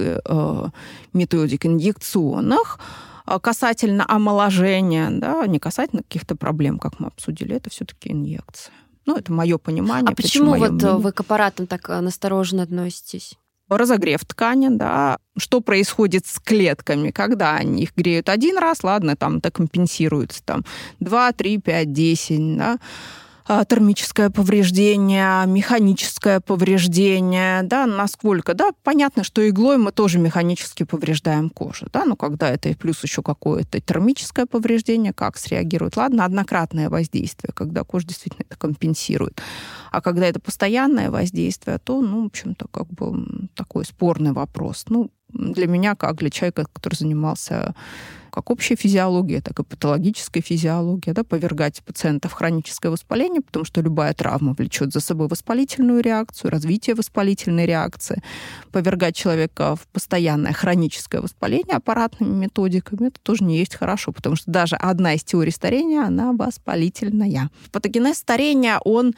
инъекционных, касательно омоложения, да, не касательно каких-то проблем, как мы обсудили, это все-таки инъекция. Ну, это мое понимание. А почему вот вы к аппаратам так настороженно относитесь? Разогрев ткани, да. Что происходит с клетками, когда они их греют один раз, ладно, там это компенсируется, там 2, 3, 5, 10, да. Термическое повреждение, механическое повреждение, да, насколько, да, понятно, что иглой мы тоже механически повреждаем кожу, да, но когда это плюс еще какое-то термическое повреждение, как среагирует, ладно, однократное воздействие, когда кожа действительно это компенсирует, а когда это постоянное воздействие, то, ну, в общем-то, как бы такой спорный вопрос. Ну, для меня, как для человека, который занимался как общей физиологией, так и патологической физиологией, да, повергать пациента в хроническое воспаление, потому что любая травма влечет за собой воспалительную реакцию, развитие воспалительной реакции. Повергать человека в постоянное хроническое воспаление аппаратными методиками, это тоже не есть хорошо, потому что даже одна из теорий старения, она воспалительная. Патогенез старения, он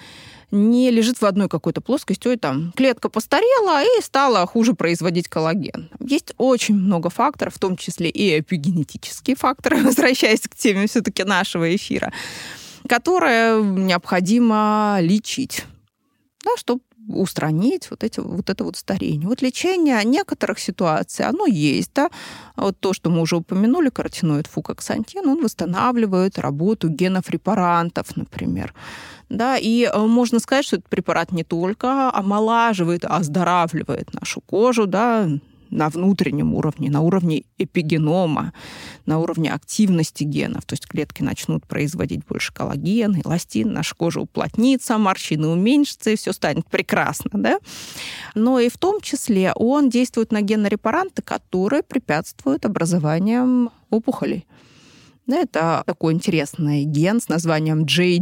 не лежит в одной какой-то плоскости, ой, там, клетка постарела и стала хуже производить коллаген. Есть очень много факторов, в том числе и эпигенетические факторы, возвращаясь к теме все-таки нашего эфира, которые необходимо лечить, да, чтобы устранить вот это старение. Вот лечение некоторых ситуаций, оно есть, да. Вот то, что мы уже упомянули, каротиноид фукоксантин, он восстанавливает работу генов репарантов, например. Да, и можно сказать, что этот препарат не только омолаживает, а оздоравливает нашу кожу, да, на внутреннем уровне, на уровне эпигенома, на уровне активности генов. То есть клетки начнут производить больше коллаген, эластин, наша кожа уплотнится, морщины уменьшатся, и все станет прекрасно, да? Но и в том числе он действует на генорепаранты, которые препятствуют образованию опухолей. Это такой интересный ген с названием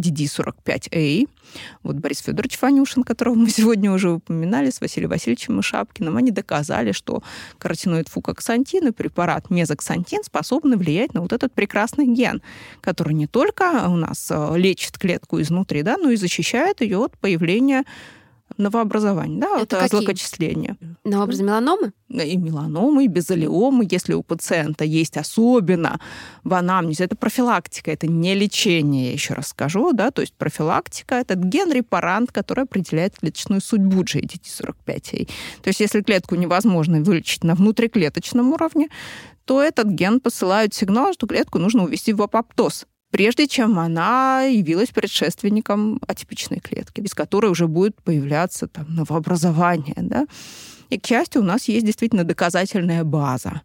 JDD45A. Вот Борис Федорович Ванюшин, которого мы сегодня уже упоминали, с Василием Васильевичем Ишапкиным, они доказали, что каротиноид фукоксантин и препарат мезоксантин способны влиять на вот этот прекрасный ген, который не только у нас лечит клетку изнутри, да, но и защищает ее от появления новообразования, да, это от злокочисления. Новообразование меланомы? И меланомы, и безолиомы, если у пациента есть, особенно в анамнезе. Это профилактика, это не лечение, я еще раз скажу, да, то есть профилактика — это ген-репарант, который определяет клеточную судьбу JDD45A. То есть если клетку невозможно вылечить на внутриклеточном уровне, то этот ген посылает сигнал, что клетку нужно увести в апоптоз. прежде чем она явилась предшественником атипичной клетки, из которой уже будет появляться там новообразование, да. И, к счастью, у нас есть действительно доказательная база.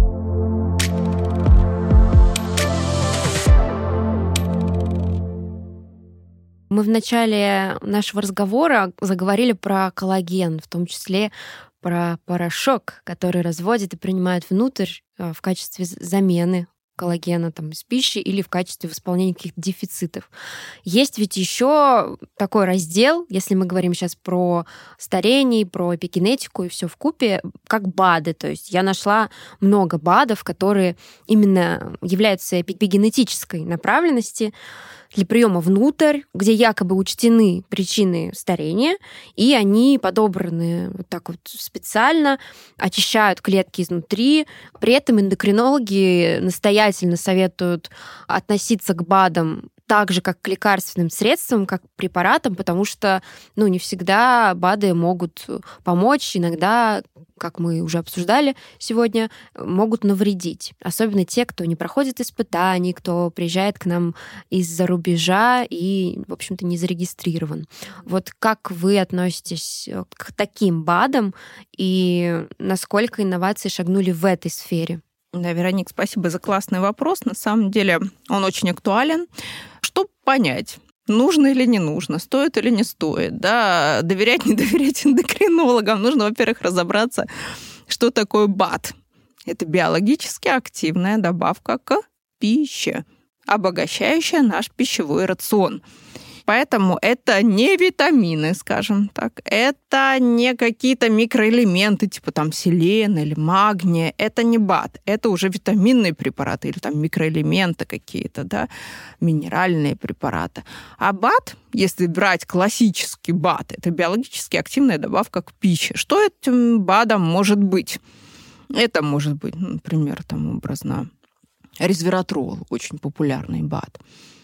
Мы в начале нашего разговора заговорили про коллаген, в том числе про порошок, который разводят и принимают внутрь в качестве замены коллагена там, из пищи или в качестве восполнения каких-то дефицитов. Есть ведь еще такой раздел, если мы говорим сейчас про старение, про эпигенетику и все вкупе, как БАДы. То есть я нашла много БАДов, которые именно являются эпигенетической направленности для приема внутрь, где якобы учтены причины старения, и они подобраны вот так вот специально, очищают клетки изнутри. При этом эндокринологи настоятельно советуют относиться к БАДам так же, как к лекарственным средствам, как к препаратам, потому что, не всегда БАДы могут помочь, иногда, как мы уже обсуждали сегодня, могут навредить. Особенно те, кто не проходит испытаний, кто приезжает к нам из-за рубежа и, в общем-то, не зарегистрирован. Вот как вы относитесь к таким БАДам и насколько инновации шагнули в этой сфере? Да, Вероник, спасибо за классный вопрос. На самом деле он очень актуален. Чтобы понять, нужно или не нужно, стоит или не стоит, да, доверять, не доверять эндокринологам, нужно, во-первых, разобраться, что такое БАД. Это биологически активная добавка к пище, обогащающая наш пищевой рацион. Поэтому это не витамины, скажем так, это не какие-то микроэлементы, типа там селена или магния, это не БАД, это уже витаминные препараты или там микроэлементы какие-то, да, минеральные препараты. А БАД, если брать классический БАД, это биологически активная добавка к пище. Что этим БАДом может быть? Это может быть, например, там образно резвератрол, очень популярный БАД.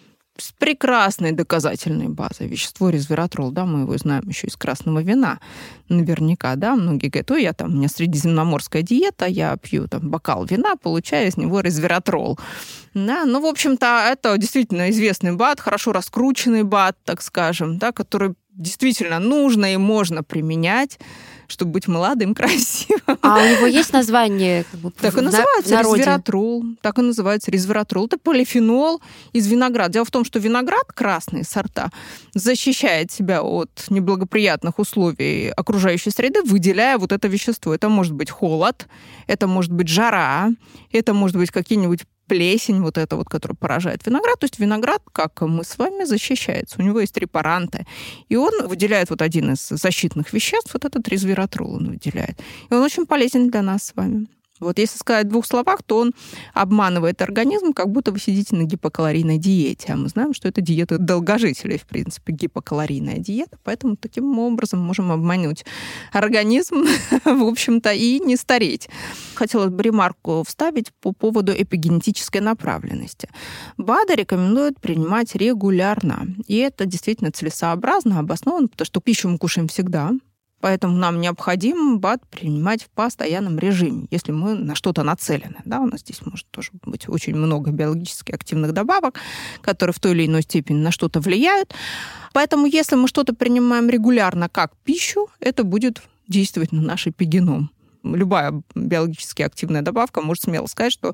С прекрасной доказательной базой. Вещество резвератрол, да, мы его знаем еще из красного вина. Наверняка, да, многие говорят, ой, у меня средиземноморская диета, я пью там бокал вина, получаю из него резвератрол. Да, в общем-то, это действительно известный БАД, хорошо раскрученный БАД, так скажем, да, который действительно нужно и можно применять, чтобы быть молодым, красивым. А у него есть название? Так и называется резвератрол. Так и называется резвератрол. Это полифенол из винограда. Дело в том, что виноград, красные сорта, защищает себя от неблагоприятных условий окружающей среды, выделяя вот это вещество. Это может быть холод, это может быть жара, это может быть какие-нибудь плесень, вот эта вот, которая поражает виноград. То есть виноград, как мы с вами, защищается. У него есть репаранты. И он выделяет вот один из защитных веществ, вот этот резвератрол он выделяет. И он очень полезен для нас с вами. Вот если сказать в двух словах, то он обманывает организм, как будто вы сидите на гипокалорийной диете. А мы знаем, что это диета долгожителей, в принципе, гипокалорийная диета. Поэтому таким образом можем обмануть организм, в общем-то, и не стареть. Хотела бы ремарку вставить по поводу эпигенетической направленности. БАДы рекомендуют принимать регулярно. И это действительно целесообразно, обосновано, потому что пищу мы кушаем всегда. Поэтому нам необходимо БАД принимать в постоянном режиме, если мы на что-то нацелены. Да, у нас здесь может тоже быть очень много биологически активных добавок, которые в той или иной степени на что-то влияют. Поэтому если мы что-то принимаем регулярно как пищу, это будет действовать на наш эпигеном. Любая биологически активная добавка может смело сказать, что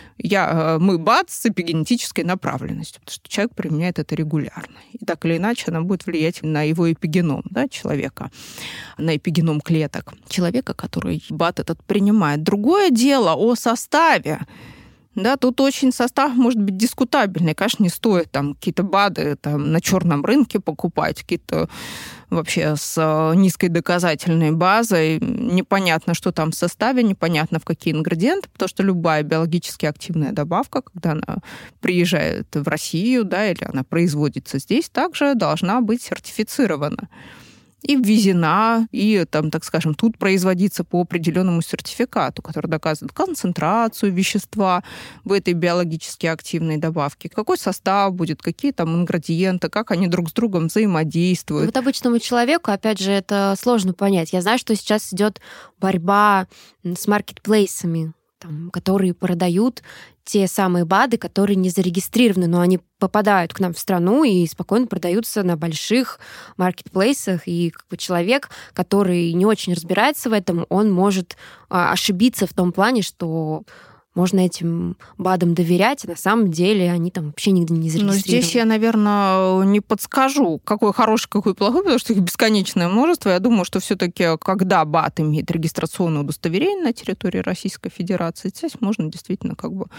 мы БАД с эпигенетической направленностью, потому что человек применяет это регулярно. И так или иначе она будет влиять на его эпигеном, да, человека, на эпигеном клеток человека, который БАД этот принимает. Другое дело о составе. Да, тут очень состав может быть дискутабельный. Конечно, не стоит там какие-то БАДы там, на черном рынке покупать, какие-то вообще с низкой доказательной базой. Непонятно, что там в составе, непонятно, в какие ингредиенты, потому что любая биологически активная добавка, когда она приезжает в Россию, да, или она производится здесь, также должна быть сертифицирована. И ввезена, и, там, так скажем, тут производиться по определенному сертификату, который доказывает концентрацию вещества в этой биологически активной добавке, какой состав будет, какие там ингредиенты, как они друг с другом взаимодействуют. Вот обычному человеку, опять же, это сложно понять. Я знаю, что сейчас идет борьба с маркетплейсами, которые продают те самые БАДы, которые не зарегистрированы, но они попадают к нам в страну и спокойно продаются на больших маркетплейсах. И человек, который не очень разбирается в этом, он может ошибиться в том плане, что можно этим БАДам доверять, а на самом деле они там вообще нигде не зарегистрированы. Но здесь я, наверное, не подскажу, какой хороший, какой плохой, потому что их бесконечное множество. Я думаю, что все-таки, когда БАД имеет регистрационное удостоверение на территории Российской Федерации, здесь можно действительно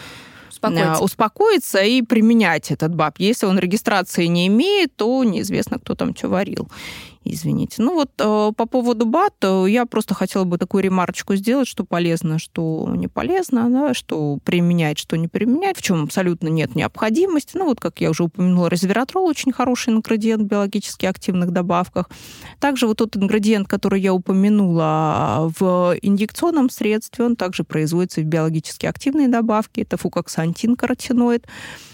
успокоиться и применять этот БАД. Если он регистрации не имеет, то неизвестно, кто там что варил. Извините. По поводу БАД я просто хотела бы такую ремарочку сделать, что полезно, что не полезно, да, что применять, что не применять, в чем абсолютно нет необходимости. Как я уже упомянула, резвератрол очень хороший ингредиент в биологически активных добавках. Также тот ингредиент, который я упомянула в инъекционном средстве, он также производится в биологически активной добавке. Это фукоксантин, каротиноид.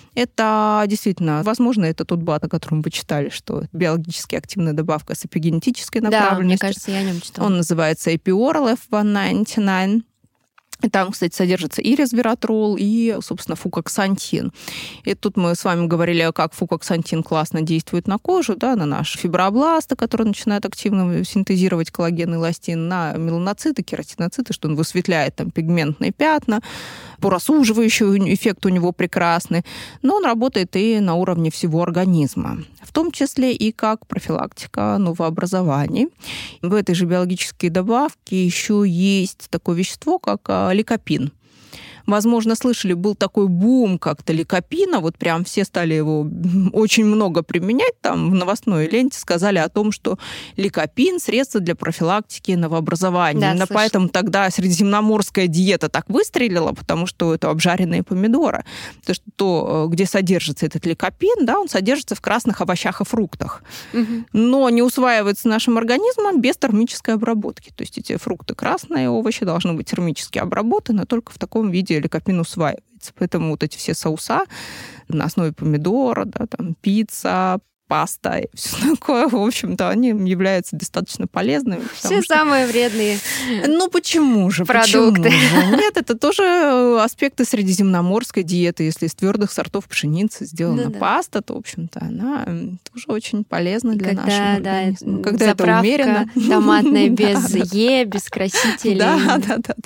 Это действительно, возможно, это тот БАД, о котором вы читали, что биологически активная добавка с эпигенетической направленностью. Да, мне кажется, я о нем читала. Он называется Epioral F199. И там, кстати, содержится и резвератрол, и, собственно, фукоксантин. И тут мы с вами говорили, как фукоксантин классно действует на кожу, да, на наши фибробласты, которые начинают активно синтезировать коллаген и эластин, на меланоциты, кератиноциты, что он высветляет там пигментные пятна, порасуживающий эффект у него прекрасный. Но он работает и на уровне всего организма, в том числе и как профилактика новообразований. В этой же биологической добавке еще есть такое вещество, как ликопин. Возможно, слышали, был такой бум как-то ликопина, прям все стали его очень много применять, там в новостной ленте сказали о том, что ликопин – средство для профилактики новообразований. Да, именно поэтому тогда средиземноморская диета так выстрелила, потому что это обжаренные помидоры. Потому что то, где содержится этот ликопин, да, он содержится в красных овощах и фруктах. Угу. Но не усваивается нашим организмом без термической обработки. То есть эти фрукты красные, овощи должны быть термически обработаны только в таком виде ликопин усваивается. Поэтому эти все соуса на основе помидора, да, там, пицца, паста и все такое, в общем-то, они являются достаточно полезными. Все самые вредные почему же? Продукты. Почему же? Нет, это тоже аспекты средиземноморской диеты. Если из твердых сортов пшеницы сделана паста, то, в общем-то, она тоже очень полезна для нашего организма. Когда это умеренно. Томатная без без красителей. Да.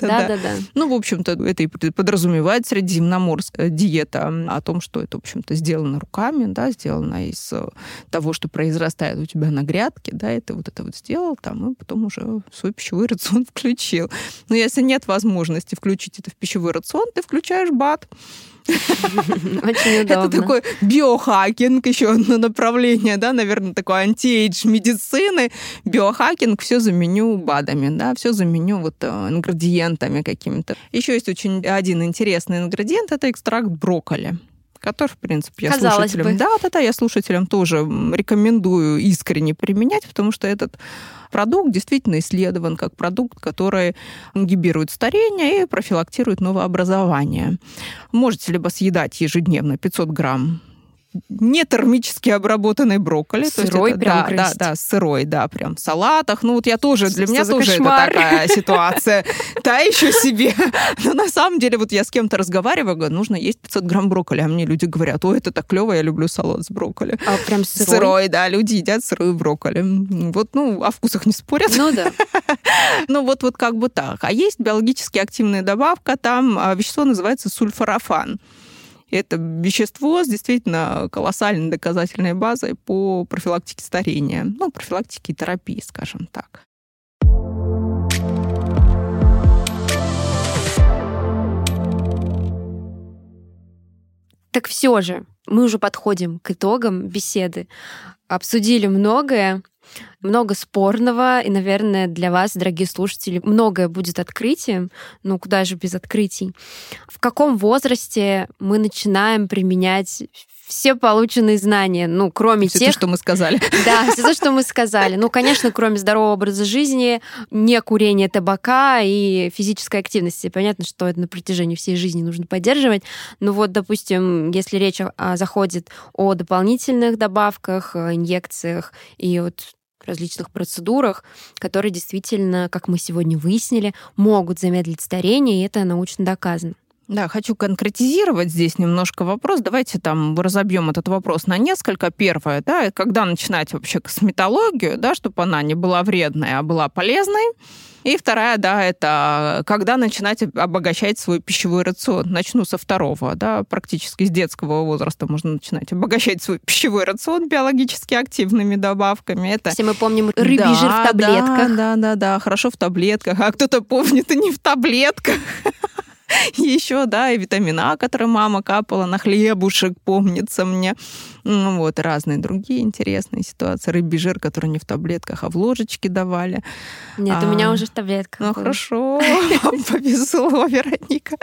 В общем-то, это и подразумевает средиземноморская диета о том, что это, в общем-то, сделано руками, да, сделано из того, что произрастает у тебя на грядке, да, и ты это сделал, там, и потом уже свой пищевой рацион включил. Но если нет возможности включить это в пищевой рацион, ты включаешь БАД. Очень удобно. Это такой биохакинг, еще одно направление, да, наверное, такой анти-эйдж медицины. Биохакинг, все заменю БАДами, да, все заменю ингредиентами какими-то. Еще есть очень один интересный ингредиент, это экстракт брокколи, который, в принципе, я слушателям... я слушателям тоже рекомендую искренне применять, потому что этот продукт действительно исследован как продукт, который ингибирует старение и профилактирует новообразование. Можете либо съедать ежедневно 500 грамм не термически обработанный брокколи. Сырой то есть прям это, да, сырой, да, прям в салатах. Для меня тоже кошмар. Это такая ситуация. Та еще себе. Но на самом деле, я с кем-то разговариваю, говорю, нужно есть 500 грамм брокколи. А мне люди говорят, это так клево, я люблю салат с брокколи. А прям сырой? Сырой, да, люди едят сырую брокколи. О вкусах не спорят. Да. Как бы так. А есть биологически активная добавка, там вещество называется сульфорафан. Это вещество с действительно колоссальной доказательной базой по профилактике старения. Профилактике и терапии, скажем так. Так все же, мы уже подходим к итогам беседы. Обсудили многое, много спорного, и, наверное, для вас, дорогие слушатели, многое будет открытием, куда же без открытий. В каком возрасте мы начинаем применять все полученные знания, кроме все тех... Все то, что мы сказали. Да, все то, что мы сказали. Конечно, кроме здорового образа жизни, не курения табака и физической активности. Понятно, что это на протяжении всей жизни нужно поддерживать. Допустим, если речь заходит о дополнительных добавках, инъекциях и различных процедурах, которые действительно, как мы сегодня выяснили, могут замедлить старение, и это научно доказано. Да, хочу конкретизировать здесь немножко вопрос. Давайте там разобьем этот вопрос на несколько. Первое, да, когда начинать вообще косметологию, да, чтобы она не была вредной, а была полезной. И вторая, да, это когда начинать обогащать свой пищевой рацион. Начну со второго, да, практически с детского возраста можно начинать обогащать свой пищевой рацион биологически активными добавками. Это... Все мы помним рыбий жир в таблетках. Да, хорошо в таблетках, а кто-то помнит и не в таблетках. Еще, да, и витамин А, который мама капала на хлебушек, помнится мне. Ну, вот, разные другие интересные ситуации. Рыбий жир, который не в таблетках, а в ложечке давали. Нет, у меня уже в таблетках. Ну, хорошо, повезло, Вероника.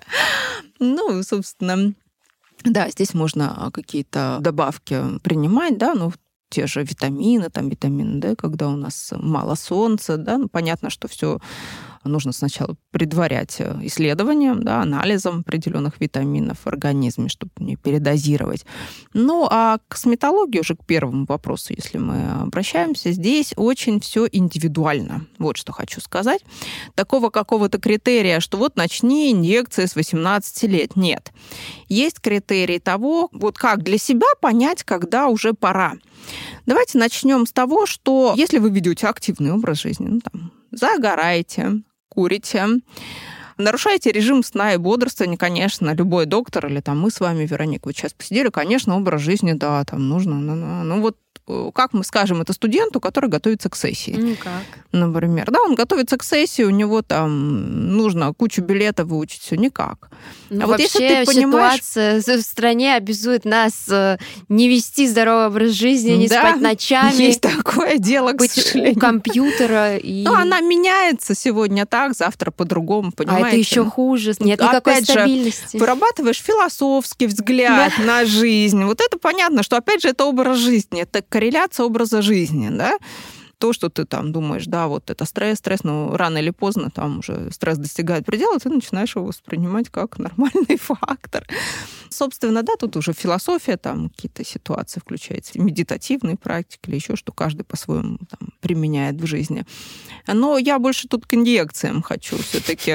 Ну, собственно, да, здесь можно какие-то добавки принимать, да, ну, те же витамины, там витамин D, когда у нас мало солнца, да, ну, понятно, что все нужно сначала предварять исследованием, да, анализом определенных витаминов в организме, чтобы не передозировать. Ну, а к косметологии уже к первому вопросу, если мы обращаемся, здесь очень все индивидуально. Вот что хочу сказать. Такого какого-то критерия, что вот начни инъекции с 18 лет. Нет. Есть критерий того, вот как для себя понять, когда уже пора. Давайте начнем с того, что если вы ведете активный образ жизни, ну, там, загораете, курите, нарушаете режим сна и бодрствования, конечно, любой доктор или там мы с вами, Вероника, вот сейчас посидели, конечно, образ жизни, да, там нужно, ну вот как мы скажем это студенту, который готовится к сессии? Никак. Например, да, он готовится к сессии, у него там нужно кучу билетов выучить, все никак. Ну, а вот если ты понимаешь... ситуация в стране обязует нас не вести здоровый образ жизни, не спать ночами. Есть такое дело, к сожалению. У компьютера. И... Ну, она меняется сегодня так, завтра по-другому, понимаете? А это еще хуже, нет никакой стабильности. Вырабатываешь философский взгляд на жизнь. Вот это понятно, что, опять же, это образ жизни, это корреляция образа жизни, да? То, что ты там думаешь, да, вот это стресс, но рано или поздно там уже стресс достигает предела, ты начинаешь его воспринимать как нормальный фактор. Собственно, да, тут уже философия, там какие-то ситуации включаются, медитативные практики или еще что каждый по-своему там применяет в жизни. Но я больше тут к инъекциям хочу все-таки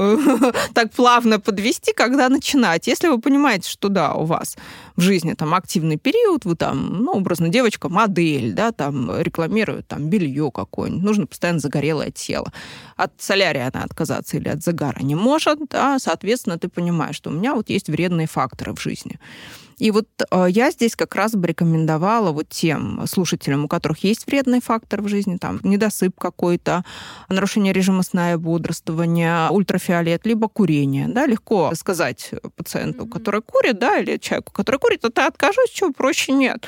так плавно подвести, когда начинать. Если вы понимаете, что да, у вас в жизни там активный период, вы там, ну, образно, девочка модель, да, там рекламирует там белье какое-нибудь, нужно постоянно загорелое тело. От солярия она отказаться или от загара не может, да, соответственно, ты понимаешь, что у меня вот есть вредные факторы в жизни. И вот я здесь как раз бы рекомендовала вот тем слушателям, у которых есть вредный фактор в жизни, там, недосып какой-то, нарушение режима сна и бодрствования, ультрафиолет, либо курение. Да, легко сказать пациенту, который курит, да, или человеку, который курит, а ты откажусь, чего проще нет.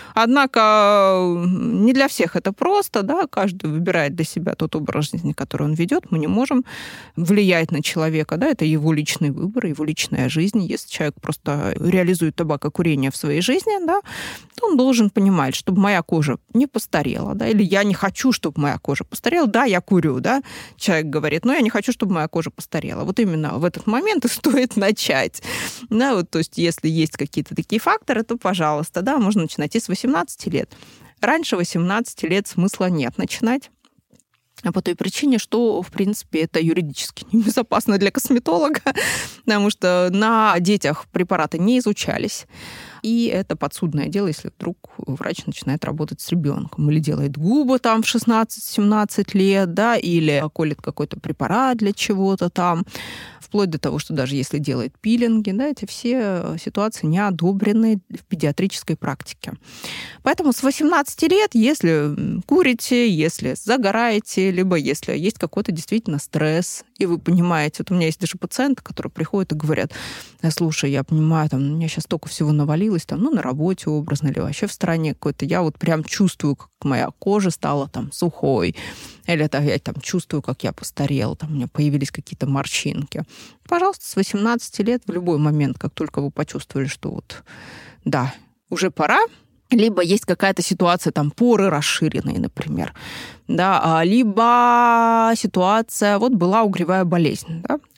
Однако не для всех это просто, да, каждый выбирает для себя тот образ жизни, который он ведет. Мы не можем влиять на человека, да, это его личный выбор, его личная жизнь. Если человек просто реализует табакокурение в своей жизни, да, то он должен понимать, чтобы моя кожа не постарела, да, или я не хочу, чтобы моя кожа постарела. Да, я курю, да, человек говорит, но я не хочу, чтобы моя кожа постарела. Вот именно в этот момент и стоит начать. Да, вот, то есть если есть какие-то такие факторы, то, пожалуйста, да, можно начинать и с 18 лет. Раньше 18 лет смысла нет начинать. А по той причине, что, в принципе, это юридически небезопасно для косметолога, потому что на детях препараты не изучались. И это подсудное дело, если вдруг врач начинает работать с ребенком или делает губы там в 16-17 лет, да, или колет какой-то препарат для чего-то там, вплоть до того, что даже если делает пилинги, да, эти все ситуации не одобрены в педиатрической практике. Поэтому с 18 лет, если курите, если загораете, либо если есть какой-то действительно стресс, и вы понимаете, вот у меня есть даже пациенты, которые приходят и говорят, слушай, я понимаю, там, у меня сейчас столько всего навалилось, там, ну, на работе образно, или вообще в стране какой-то, я вот прям чувствую, как моя кожа стала там сухой, или это я там чувствую, как я постарела, там у меня появились какие-то морщинки. Пожалуйста, с 18 лет в любой момент, как только вы почувствовали, что вот, да, уже пора, либо есть какая-то ситуация, там, поры расширенные, например, да, либо ситуация, вот была угревая болезнь, да,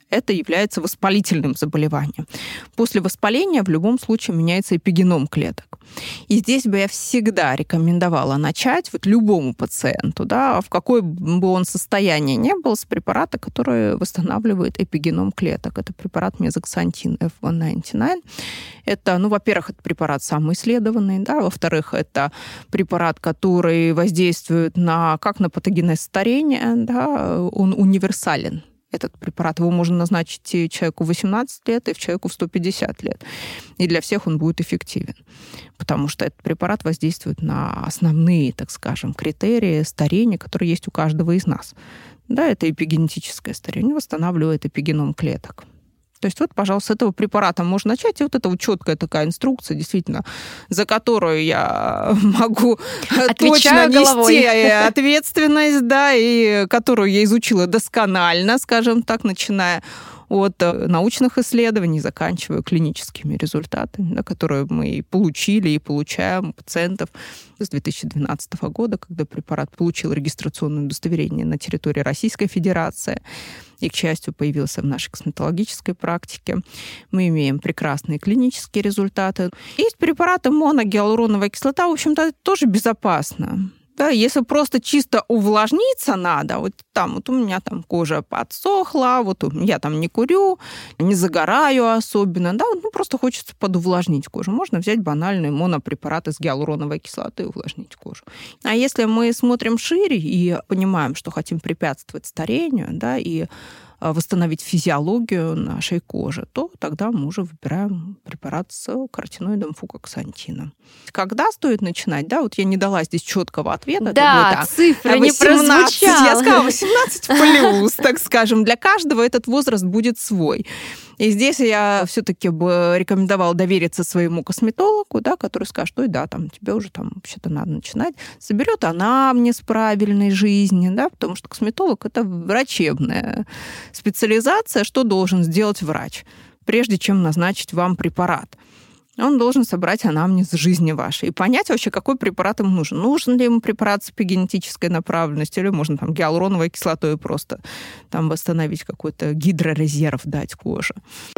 это является воспалительным заболеванием. После воспаления в любом случае меняется эпигеном клеток. И здесь бы я всегда рекомендовала начать любому пациенту, да, в какой бы он состоянии ни был, с препарата, который восстанавливает эпигеном клеток. Это препарат мезоксантин F199. Это, во-первых, это препарат самый исследованный, да, во-вторых, это препарат, который воздействует как на патогенез старения, да, он универсален. Этот препарат, его можно назначить и человеку 18 лет, и человеку в 150 лет. И для всех он будет эффективен. Потому что этот препарат воздействует на основные, так скажем, критерии старения, которые есть у каждого из нас. Да, это эпигенетическое старение, восстанавливает эпигеном клеток. То есть пожалуйста, с этого препарата можно начать. И это четкая такая инструкция, действительно, за которую я могу точно нести ответственность, да, и которую я изучила досконально, скажем так, начиная от научных исследований, заканчивая клиническими результатами, да, которые мы получили и получаем у пациентов с 2012 года, когда препарат получил регистрационное удостоверение на территории Российской Федерации и, к счастью, появился в нашей косметологической практике. Мы имеем прекрасные клинические результаты. Есть препараты моногиалуроновая кислота, в общем-то, это тоже безопасно. Да, если просто чисто увлажниться надо, у меня кожа подсохла, я не курю, не загораю особенно, да, просто хочется подувлажнить кожу. Можно взять банальный монопрепарат из гиалуроновой кислоты и увлажнить кожу. А если мы смотрим шире и понимаем, что хотим препятствовать старению, да, и восстановить физиологию нашей кожи, то тогда мы уже выбираем препарат с каротиноидом фукоксантином. Когда стоит начинать? Да, я не дала здесь четкого ответа. Да, цифра не прозвучала. Я сказала 18 плюс, так скажем. Для каждого этот возраст будет свой. И здесь я все-таки бы рекомендовала довериться своему косметологу, да, который скажет, что да, тебе уже вообще-то надо начинать. Соберет анамнез правильной жизни, да, потому что косметолог – это врачебная специализация. Что должен сделать врач, прежде чем назначить вам препарат? Он должен собрать анамнез жизни вашей и понять вообще, какой препарат ему нужен. Нужен ли ему препарат с эпигенетической направленностью, или можно гиалуроновой кислотой просто восстановить какой-то гидрорезерв дать коже.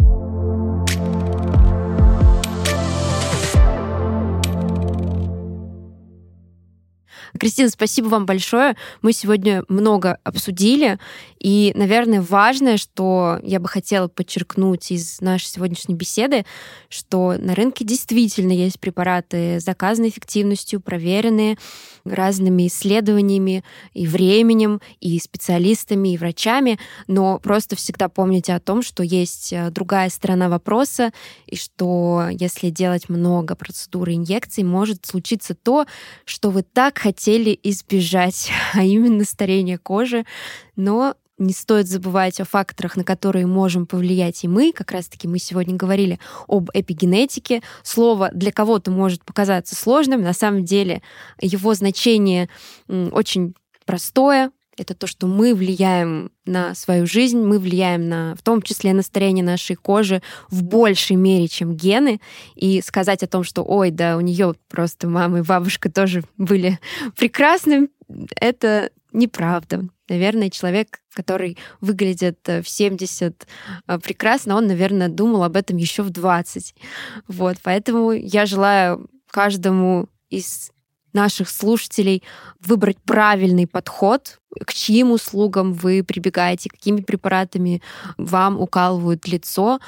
Кристина, спасибо вам большое. Мы сегодня много обсудили. И, наверное, важное, что я бы хотела подчеркнуть из нашей сегодняшней беседы, что на рынке действительно есть препараты с доказанной эффективностью, проверенные разными исследованиями и временем, и специалистами, и врачами. Но просто всегда помните о том, что есть другая сторона вопроса, и что если делать много процедур и инъекций, может случиться то, что вы так хотели избежать, а именно старение кожи. Но не стоит забывать о факторах, на которые можем повлиять и мы. Как раз-таки мы сегодня говорили об эпигенетике. Слово для кого-то может показаться сложным. На самом деле его значение очень простое. Это то, что мы влияем на свою жизнь, мы влияем в том числе на старение нашей кожи в большей мере, чем гены. И сказать о том, что ой, да, у нее просто мама и бабушка тоже были прекрасны, это неправда. Наверное, человек, который выглядит в 70 прекрасно, он, наверное, думал об этом еще в 20. Поэтому я желаю каждому из наших слушателей выбрать правильный подход, к чьим услугам вы прибегаете, какими препаратами вам укалывают лицо.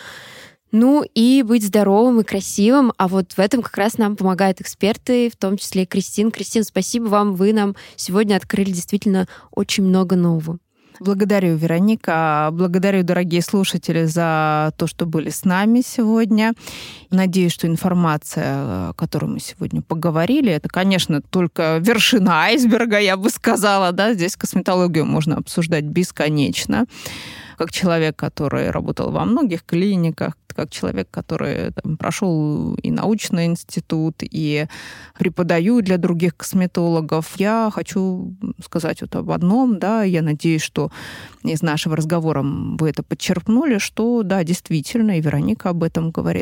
И быть здоровым и красивым. А в этом как раз нам помогают эксперты, в том числе и Кристин. Кристин, спасибо вам. Вы нам сегодня открыли действительно очень много нового. Благодарю, Вероника. Благодарю, дорогие слушатели, за то, что были с нами сегодня. Надеюсь, что информация, о которой мы сегодня поговорили, это, конечно, только вершина айсберга, я бы сказала. Да? Здесь косметологию можно обсуждать бесконечно. Как человек, который работал во многих клиниках, как человек, который прошел и научный институт, и преподаю для других косметологов, я хочу сказать об одном, да, я надеюсь, что из нашего разговора вы это подчерпнули, что, да, действительно, и Вероника об этом говорит,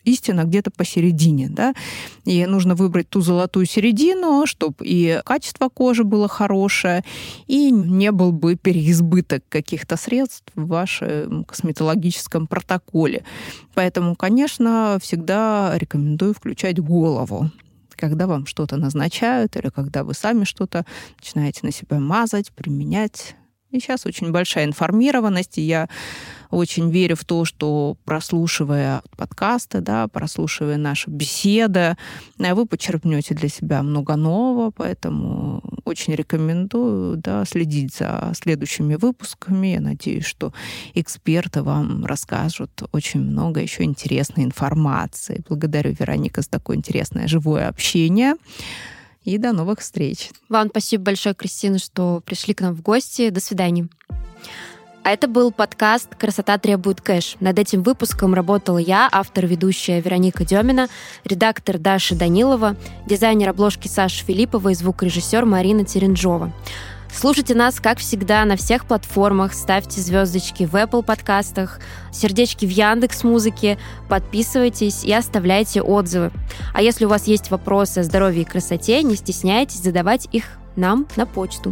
истина где-то посередине, да, и нужно выбрать ту золотую середину, чтобы и качество кожи было хорошее, и не был бы переизбыток каких-то средств в вашем косметологическом протоколе. Поэтому, конечно, всегда рекомендую включать голову, когда вам что-то назначают или когда вы сами что-то начинаете на себя мазать, применять. И сейчас очень большая информированность, и я очень верю в то, что, прослушивая подкасты, да, прослушивая наши беседы, вы почерпнете для себя много нового, поэтому очень рекомендую, да, следить за следующими выпусками. Я надеюсь, что эксперты вам расскажут очень много еще интересной информации. Благодарю, Вероника, за такое интересное живое общение. И до новых встреч. Вам спасибо большое, Кристина, что пришли к нам в гости. До свидания. А это был подкаст «Красота требует кэш». Над этим выпуском работала я, автор-ведущая Вероника Демина, редактор Даша Данилова, дизайнер обложки Саша Филиппова и звукорежиссер Марина Теренжова. Слушайте нас, как всегда, на всех платформах, ставьте звездочки в Apple подкастах, сердечки в Яндекс.Музыке, подписывайтесь и оставляйте отзывы. А если у вас есть вопросы о здоровье и красоте, не стесняйтесь задавать их нам на почту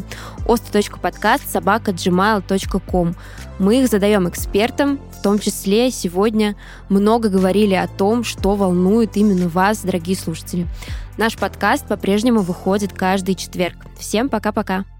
osta.podcast@gmail.com. Мы их задаем экспертам, в том числе сегодня много говорили о том, что волнует именно вас, дорогие слушатели. Наш подкаст по-прежнему выходит каждый четверг. Всем пока-пока!